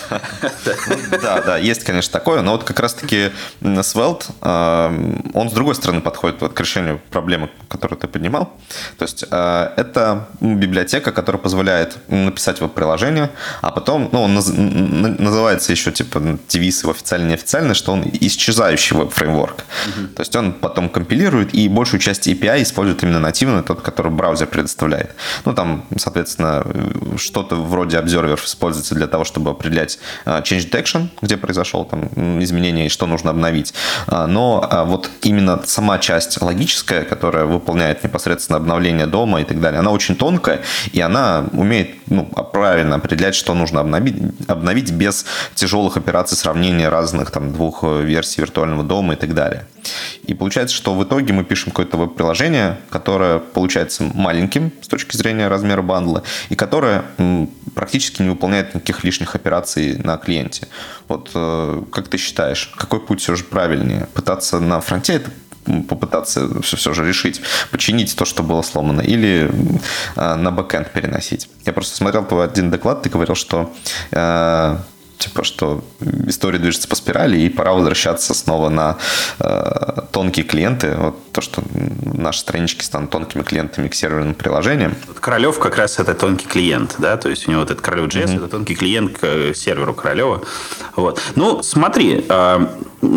Да, да, есть, конечно, такое, но вот как раз-таки Svelte, он с другой стороны подходит к решению проблемы, которую ты поднимал. То есть это библиотека, которая позволяет написать веб-приложение, а потом, ну, он называется еще типа девиз его официально-неофициально, что он исчезающий веб-фреймворк. Uh-huh. То есть он потом компилирует и большую часть эй пи ай использует именно нативно, тот, который браузер предоставляет. Ну, там, соответственно, что-то вроде обзерверов используется для того, чтобы определять change detection, где произошел там изменение и что нужно обновить. Но вот именно сама часть логическая, которая выполняет непосредственно обновление дома и так далее, она очень тонкая, и она умеет, ну, правильно определять, что нужно обновить, обновить без тяжелых операций сравнения разных там двух версий виртуального дома и так далее. И получается, что в итоге мы пишем какое-то веб-приложение, которое получается маленьким с точки зрения размера бандла, и которое м, практически не выполняет никаких лишних операций на клиенте. Вот э, как ты считаешь, какой путь все же правильнее? Пытаться на фронте это попытаться все, все же решить, починить то, что было сломано, или э, на бэкэнд переносить? Я просто смотрел твой один доклад, ты говорил, что э, типа, что история движется по спирали, и пора возвращаться снова на э, тонкие клиенты. Вот то, что наши странички станут тонкими клиентами к серверным приложениям. Королев как раз это тонкий клиент, да, то есть у него вот этот Королев джей эс, mm-hmm. это тонкий клиент к серверу Королева. Вот. Ну, смотри, э,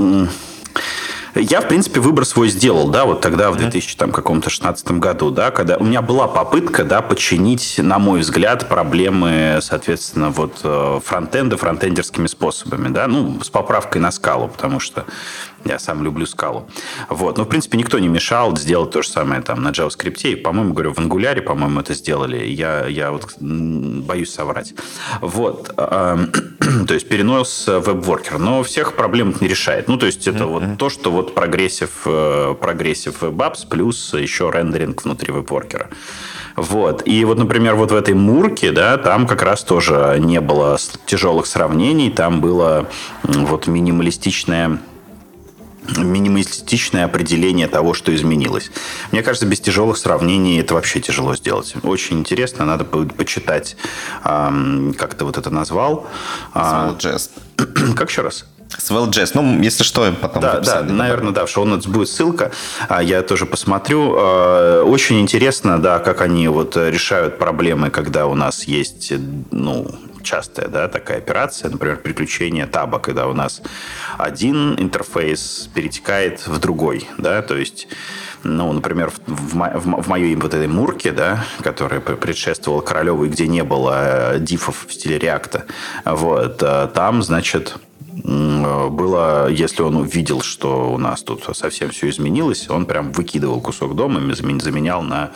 я, в принципе, выбор свой сделал, да, вот тогда, в две тысячи шестнадцатом году, да, когда у меня была попытка, да, починить, на мой взгляд, проблемы, соответственно, вот фронтенда фронтендерскими способами, да, ну, с поправкой на скалу, потому что я сам люблю скалу. Вот. Но, в принципе, никто не мешал сделать то же самое там на JavaScript. И, по-моему, говорю, в Angular, по-моему, это сделали. Я, я вот боюсь соврать. Вот. То есть перенос веб-воркер. Но всех проблем это не решает. Ну, то есть это mm-hmm. вот то, что вот прогрессив, прогрессив WebApps плюс еще рендеринг внутри веб-воркера. Вот. И вот, например, вот в этой Мурке, да, там как раз тоже не было тяжелых сравнений. Там было вот минималистичное минималистичное определение того, что изменилось. Мне кажется, без тяжелых сравнений это вообще тяжело сделать. Очень интересно, надо почитать, как ты вот это назвал. Svelte.js. Как еще раз? Svelte.js. Ну, если что, потом да, да, наверное, да, в шоу-нотс будет ссылка. Я тоже посмотрю. Очень интересно, да, как они вот решают проблемы, когда у нас есть, ну, частая, да, такая операция, например, переключение таба, когда у нас один интерфейс перетекает в другой, да, то есть, ну, например, в, в, в моей вот этой Мурке, да, которая предшествовала Королеву, и где не было диффов в стиле React, вот, там, значит, было, если он увидел, что у нас тут совсем все изменилось, он прям выкидывал кусок дома и заменял на,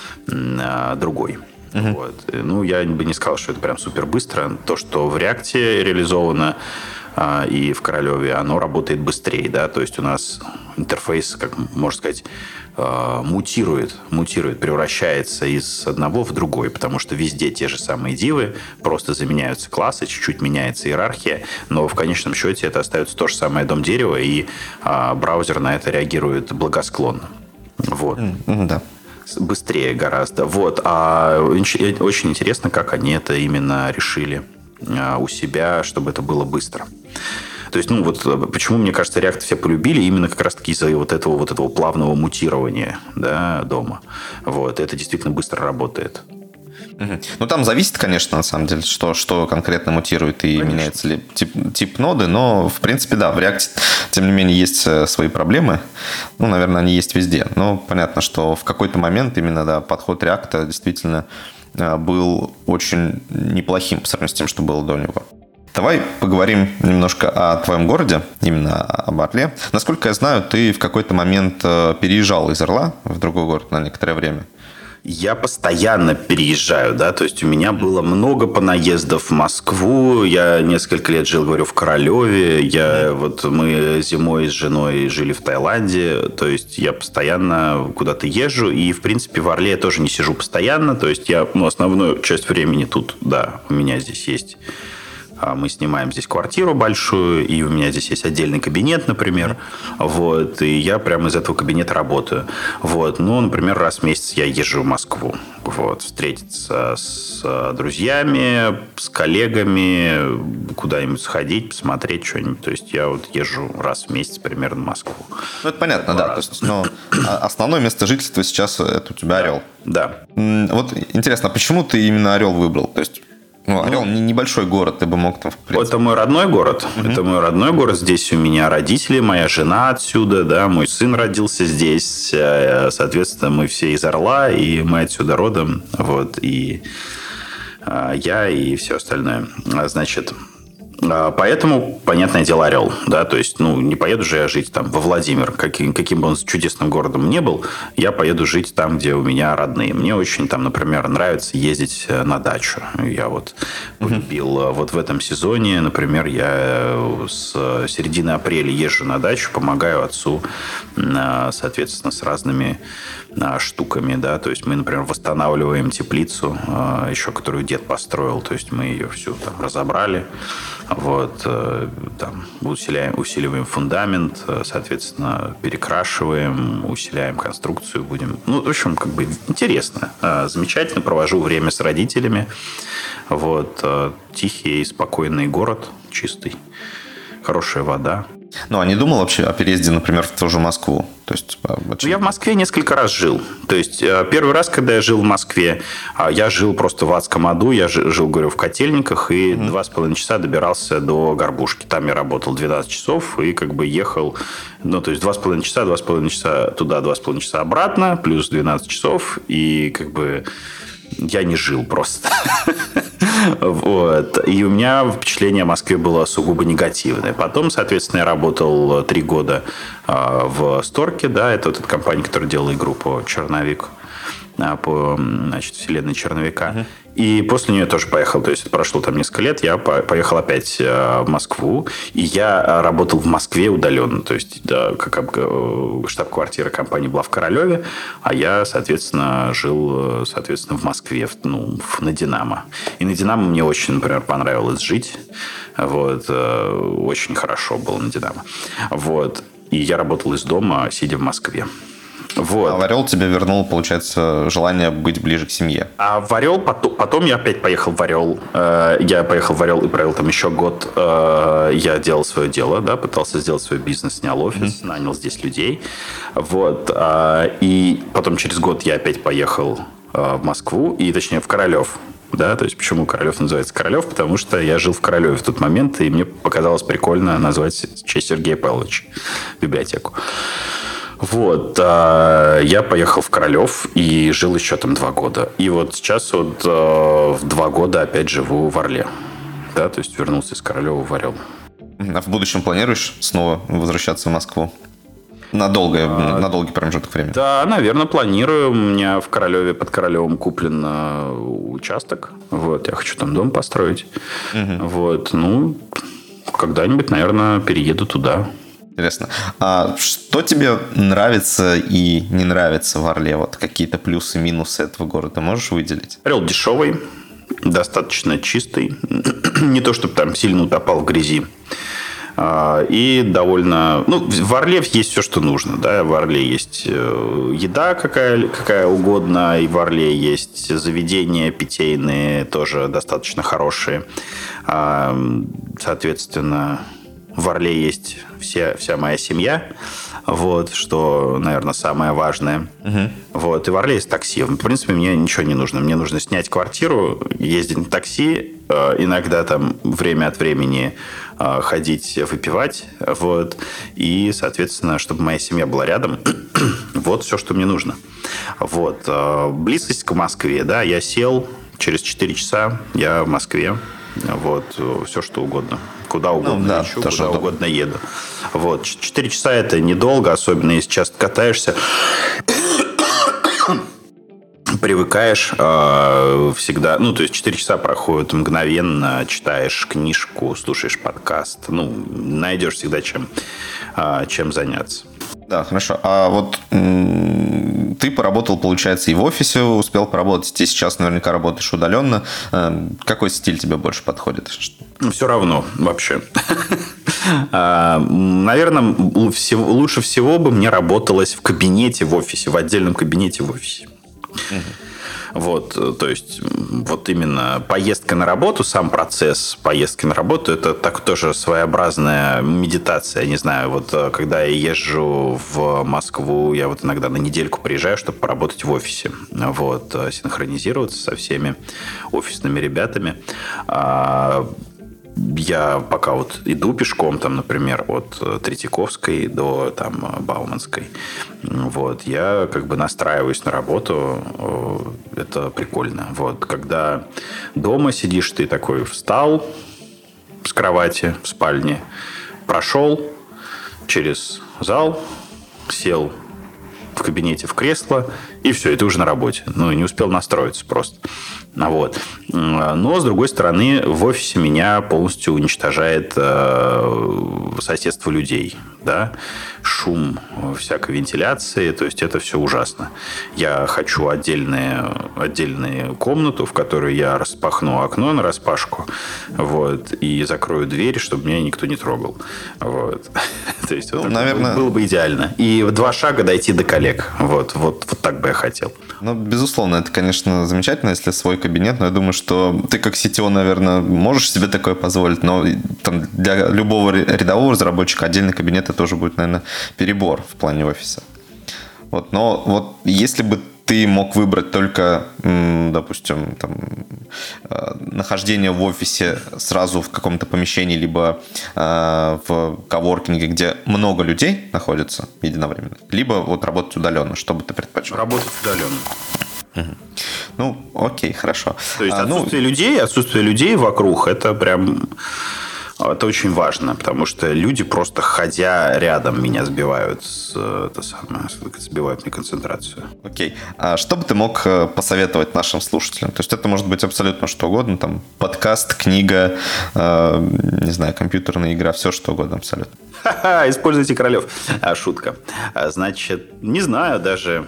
на другой. Uh-huh. Вот. Ну, я бы не сказал, что это прям супер быстро. То, что в React реализовано а, и в Королеве, оно работает быстрее, да, то есть у нас интерфейс, как можно сказать, а, мутирует, мутирует, превращается из одного в другой, потому что везде те же самые дивы, просто заменяются классы, чуть-чуть меняется иерархия, но в конечном счете это остается то же самое дом дерева, и а, браузер на это реагирует благосклонно. Вот. Mm-hmm, да. Быстрее гораздо. Вот. А очень интересно, как они это именно решили у себя, чтобы это было быстро. То есть, ну, вот почему, мне кажется, React все полюбили именно как раз-таки из-за вот этого, вот этого плавного мутирования, да, дома. Вот. Это действительно быстро работает. Угу. Ну, там зависит, конечно, на самом деле, что, что конкретно мутирует и конечно. Меняется ли тип, тип ноды, но, в принципе, да, в React, тем не менее, есть свои проблемы. Ну, наверное, они есть везде. Но понятно, что в какой-то момент именно, да, подход React действительно был очень неплохим по сравнению с тем, что было до него. Давай поговорим немножко о твоем городе, именно об Орле. Насколько я знаю, ты в какой-то момент переезжал из Орла в другой город на некоторое время. Я постоянно переезжаю, да, то есть у меня было много понаездов в Москву, я несколько лет жил, говорю, в Королеве, я, вот мы зимой с женой жили в Таиланде, то есть я постоянно куда-то езжу, и, в принципе, в Орле я тоже не сижу постоянно, то есть я, ну, основную часть времени тут, да, у меня здесь есть Мы снимаем здесь квартиру большую, и у меня здесь есть отдельный кабинет, например. Вот, и я прямо из этого кабинета работаю. Вот, ну, например, раз в месяц я езжу в Москву. Вот, встретиться с друзьями, с коллегами, куда-нибудь сходить, посмотреть что-нибудь. То есть я вот езжу раз в месяц примерно в Москву. Ну, это понятно, да. То есть, но основное место жительства сейчас это у тебя Орел. Да. Вот интересно, а почему ты именно Орел выбрал? То есть, ну, Орел ну, небольшой город, ты бы мог там, в принципе... Это мой родной город. Uh-huh. Это мой родной город. Здесь у меня родители, моя жена отсюда, да, мой сын родился здесь. Соответственно, мы все из Орла, и мы отсюда родом. Вот, и я, и все остальное. Значит... Поэтому, понятное дело, Орел. Да? То есть, ну, не поеду же я жить там во Владимир, каким, каким бы он чудесным городом ни был, я поеду жить там, где у меня родные. Мне очень там, например, нравится ездить на дачу. Я вот полюбил mm-hmm. вот в этом сезоне, например, я с середины апреля езжу на дачу, помогаю отцу, соответственно, с разными штуками, да, то есть мы, например, восстанавливаем теплицу, еще которую дед построил, то есть мы ее всю там разобрали, вот, там усиляем, усиливаем фундамент, соответственно, перекрашиваем, усиляем конструкцию, будем, ну, в общем, как бы интересно, замечательно, провожу время с родителями, вот, тихий, спокойный город, чистый, хорошая вода. Ну, а не думал вообще о переезде, например, в ту же Москву? То есть, я в Москве несколько раз жил. То есть, первый раз, когда я жил в Москве, я жил просто в Адском аду, я жил, говорю, в Котельниках, и mm-hmm. два с половиной часа добирался до Горбушки. Там я работал двенадцать часов и как бы ехал, ну, то есть, два с половиной часа, два с половиной часа туда, два с половиной часа обратно, плюс двенадцать часов, и как бы я не жил просто. Вот. И у меня впечатление о Москве было сугубо негативное. Потом, соответственно, я работал три года в Сторке, да, это вот эта компания, которая делала игру по Черновик, по, значит, вселенной Черновика. Uh-huh. И после нее тоже поехал. То есть прошло там несколько лет, я поехал опять в Москву. И я работал в Москве удаленно. То есть да, как штаб-квартира компании была в Королеве, а я, соответственно, жил, соответственно, в Москве, ну, на Динамо. И на Динамо мне очень, например, понравилось жить. Вот. Очень хорошо было на Динамо. Вот. И я работал из дома, сидя в Москве. Вот. А в Орел тебе вернул, получается, желание быть ближе к семье. А в Орел, потом, потом я опять поехал в Орел. Я поехал в Орел и провел там еще год. Я делал свое дело, да, пытался сделать свой бизнес, снял офис, mm-hmm. нанял здесь людей. Вот. И потом через год я опять поехал в Москву, и точнее в Королев. Да, то есть почему Королев называется Королев? Потому что я жил в Королеве в тот момент, и мне показалось прикольно назвать в честь Сергея Павловича библиотеку. Вот, а, я поехал в Королев и жил еще там два года. И вот сейчас вот а, в два года опять живу в Орле. Да, то есть вернулся из Королева в Орел. А в будущем планируешь снова возвращаться в Москву? На, долгое, а, на долгий промежуток времени? Да, наверное, планирую. У меня в Королеве, под Королевом куплен участок. Вот, я хочу там дом построить. Угу. Вот, ну, когда-нибудь, наверное, перееду туда. Интересно. А что тебе нравится и не нравится в Орле? Вот какие-то плюсы, минусы этого города можешь выделить? Орел дешевый, достаточно чистый. Не то, чтобы там сильно утопал в грязи. И довольно... Ну, в Орле есть все, что нужно. Да? В Орле есть еда какая, какая угодно. И в Орле есть заведения питейные, тоже достаточно хорошие. Соответственно... В Орле есть все, вся моя семья, вот, что, наверное, самое важное. Uh-huh. Вот, и в Орле есть такси. В принципе, мне ничего не нужно. Мне нужно снять квартиру, ездить на такси, иногда там время от времени ходить выпивать, вот, и, соответственно, чтобы моя семья была рядом. Вот все, что мне нужно. Вот. Близость к Москве, да, я сел, через четыре часа я в Москве. Вот, все что угодно. Куда угодно ну, да, лечу, куда удобно. Угодно еду. Вот, четыре часа это недолго, особенно если часто катаешься. Привыкаешь э, всегда. Ну, то есть четыре часа проходят мгновенно, читаешь книжку, слушаешь подкаст. Ну, найдешь всегда чем, э, чем заняться. Да, хорошо. А вот м- ты ты поработал, получается, и в офисе успел поработать, и сейчас наверняка работаешь удаленно. Какой стиль тебе больше подходит? Все равно вообще. Наверное, лучше всего бы мне работалось в кабинете в офисе, в отдельном кабинете в офисе. Вот, то есть, вот именно поездка на работу, сам процесс поездки на работу, это так тоже своеобразная медитация. Не знаю, вот когда я езжу в Москву, я вот иногда на недельку приезжаю, чтобы поработать в офисе. Вот, синхронизироваться со всеми офисными ребятами. Я пока вот иду пешком, там, например, от Третьяковской до там, Бауманской, вот, я как бы настраиваюсь на работу, это прикольно. Вот, когда дома сидишь, ты такой встал с кровати в спальне, прошел через зал, сел в кабинете в кресло, и все, и ты уже на работе. Ну, не успел настроиться просто. Вот. Но, с другой стороны, в офисе меня полностью уничтожает э, соседство людей. Да? Шум всякой вентиляции. То есть, это все ужасно. Я хочу отдельную, отдельную комнату, в которой я распахну окно нараспашку, вот, и закрою дверь, чтобы меня никто не трогал. Вот. То есть, ну, наверное, было бы идеально. И в два шага дойти до коллег. Вот, вот, вот так бы я хотел. Ну, безусловно, это, конечно, замечательно, если свой кабинет, но я думаю, что ты как си ти о, наверное, можешь себе такое позволить, но там, для любого рядового разработчика отдельный кабинет это тоже будет, наверное, перебор в плане офиса. Вот, но вот если бы ты мог выбрать только, допустим, там, нахождение в офисе сразу в каком-то помещении, либо э, в коворкинге, где много людей находится единовременно, либо вот работать удаленно, что бы ты предпочел? Работать удаленно. Угу. Ну, окей, хорошо. То есть отсутствие а, ну... людей, отсутствие людей вокруг, это прям... Это очень важно, потому что люди просто ходя рядом меня сбивают, с, это самое, сбивают мне концентрацию. Окей. А что бы ты мог посоветовать нашим слушателям? То есть это может быть абсолютно что угодно, там подкаст, книга, э, не знаю, компьютерная игра, все что угодно абсолютно. Ха-ха, используйте Королев. А, шутка. Значит, не знаю даже...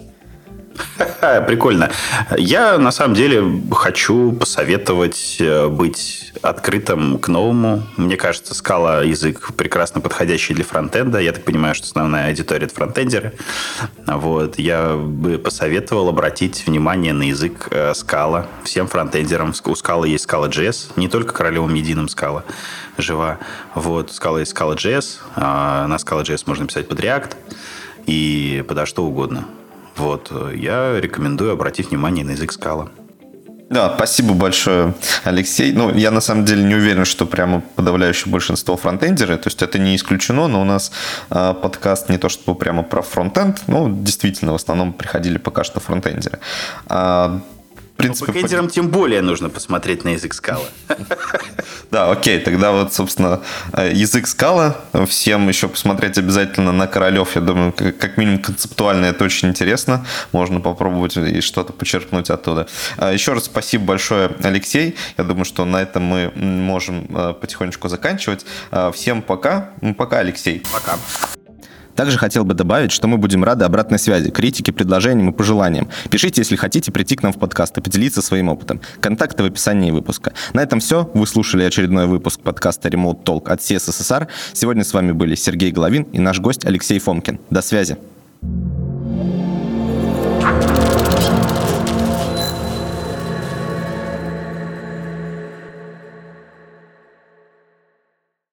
Прикольно. Я, на самом деле, хочу посоветовать быть открытым к новому. Мне кажется, Scala язык прекрасно подходящий для фронтенда. Я так понимаю, что основная аудитория – это фронтендеры. Вот. Я бы посоветовал обратить внимание на язык Scala. Всем фронтендерам. У Scala есть Scala.js. Не только королевым единым Scala жива. Вот. Scala есть Scala.js. На Scala.js можно писать под React и подо что угодно. Вот, я рекомендую обратить внимание на язык Scala. Да, спасибо большое, Алексей. Ну, я на самом деле не уверен, что прямо подавляющее большинство фронтендеры, то есть это не исключено, но у нас э, подкаст не то чтобы прямо про фронтенд, ну, действительно, в основном приходили пока что фронтендеры. А, в принципе, бэкэндерам по... тем более нужно посмотреть на язык Scala. Да, окей, тогда вот, собственно, язык Scala. Всем еще посмотреть обязательно на Королев. Я думаю, как минимум концептуально это очень интересно. Можно попробовать и что-то почерпнуть оттуда. Еще раз спасибо большое, Алексей. Я думаю, что на этом мы можем потихонечку заканчивать. Всем пока. Пока, Алексей. Пока. Также хотел бы добавить, что мы будем рады обратной связи, критике, предложениям и пожеланиям. Пишите, если хотите прийти к нам в подкаст и поделиться своим опытом. Контакты в описании выпуска. На этом все. Вы слушали очередной выпуск подкаста Remote Talk от си эс эс эс ар. Сегодня с вами были Сергей Головин и наш гость Алексей Фомкин. До связи.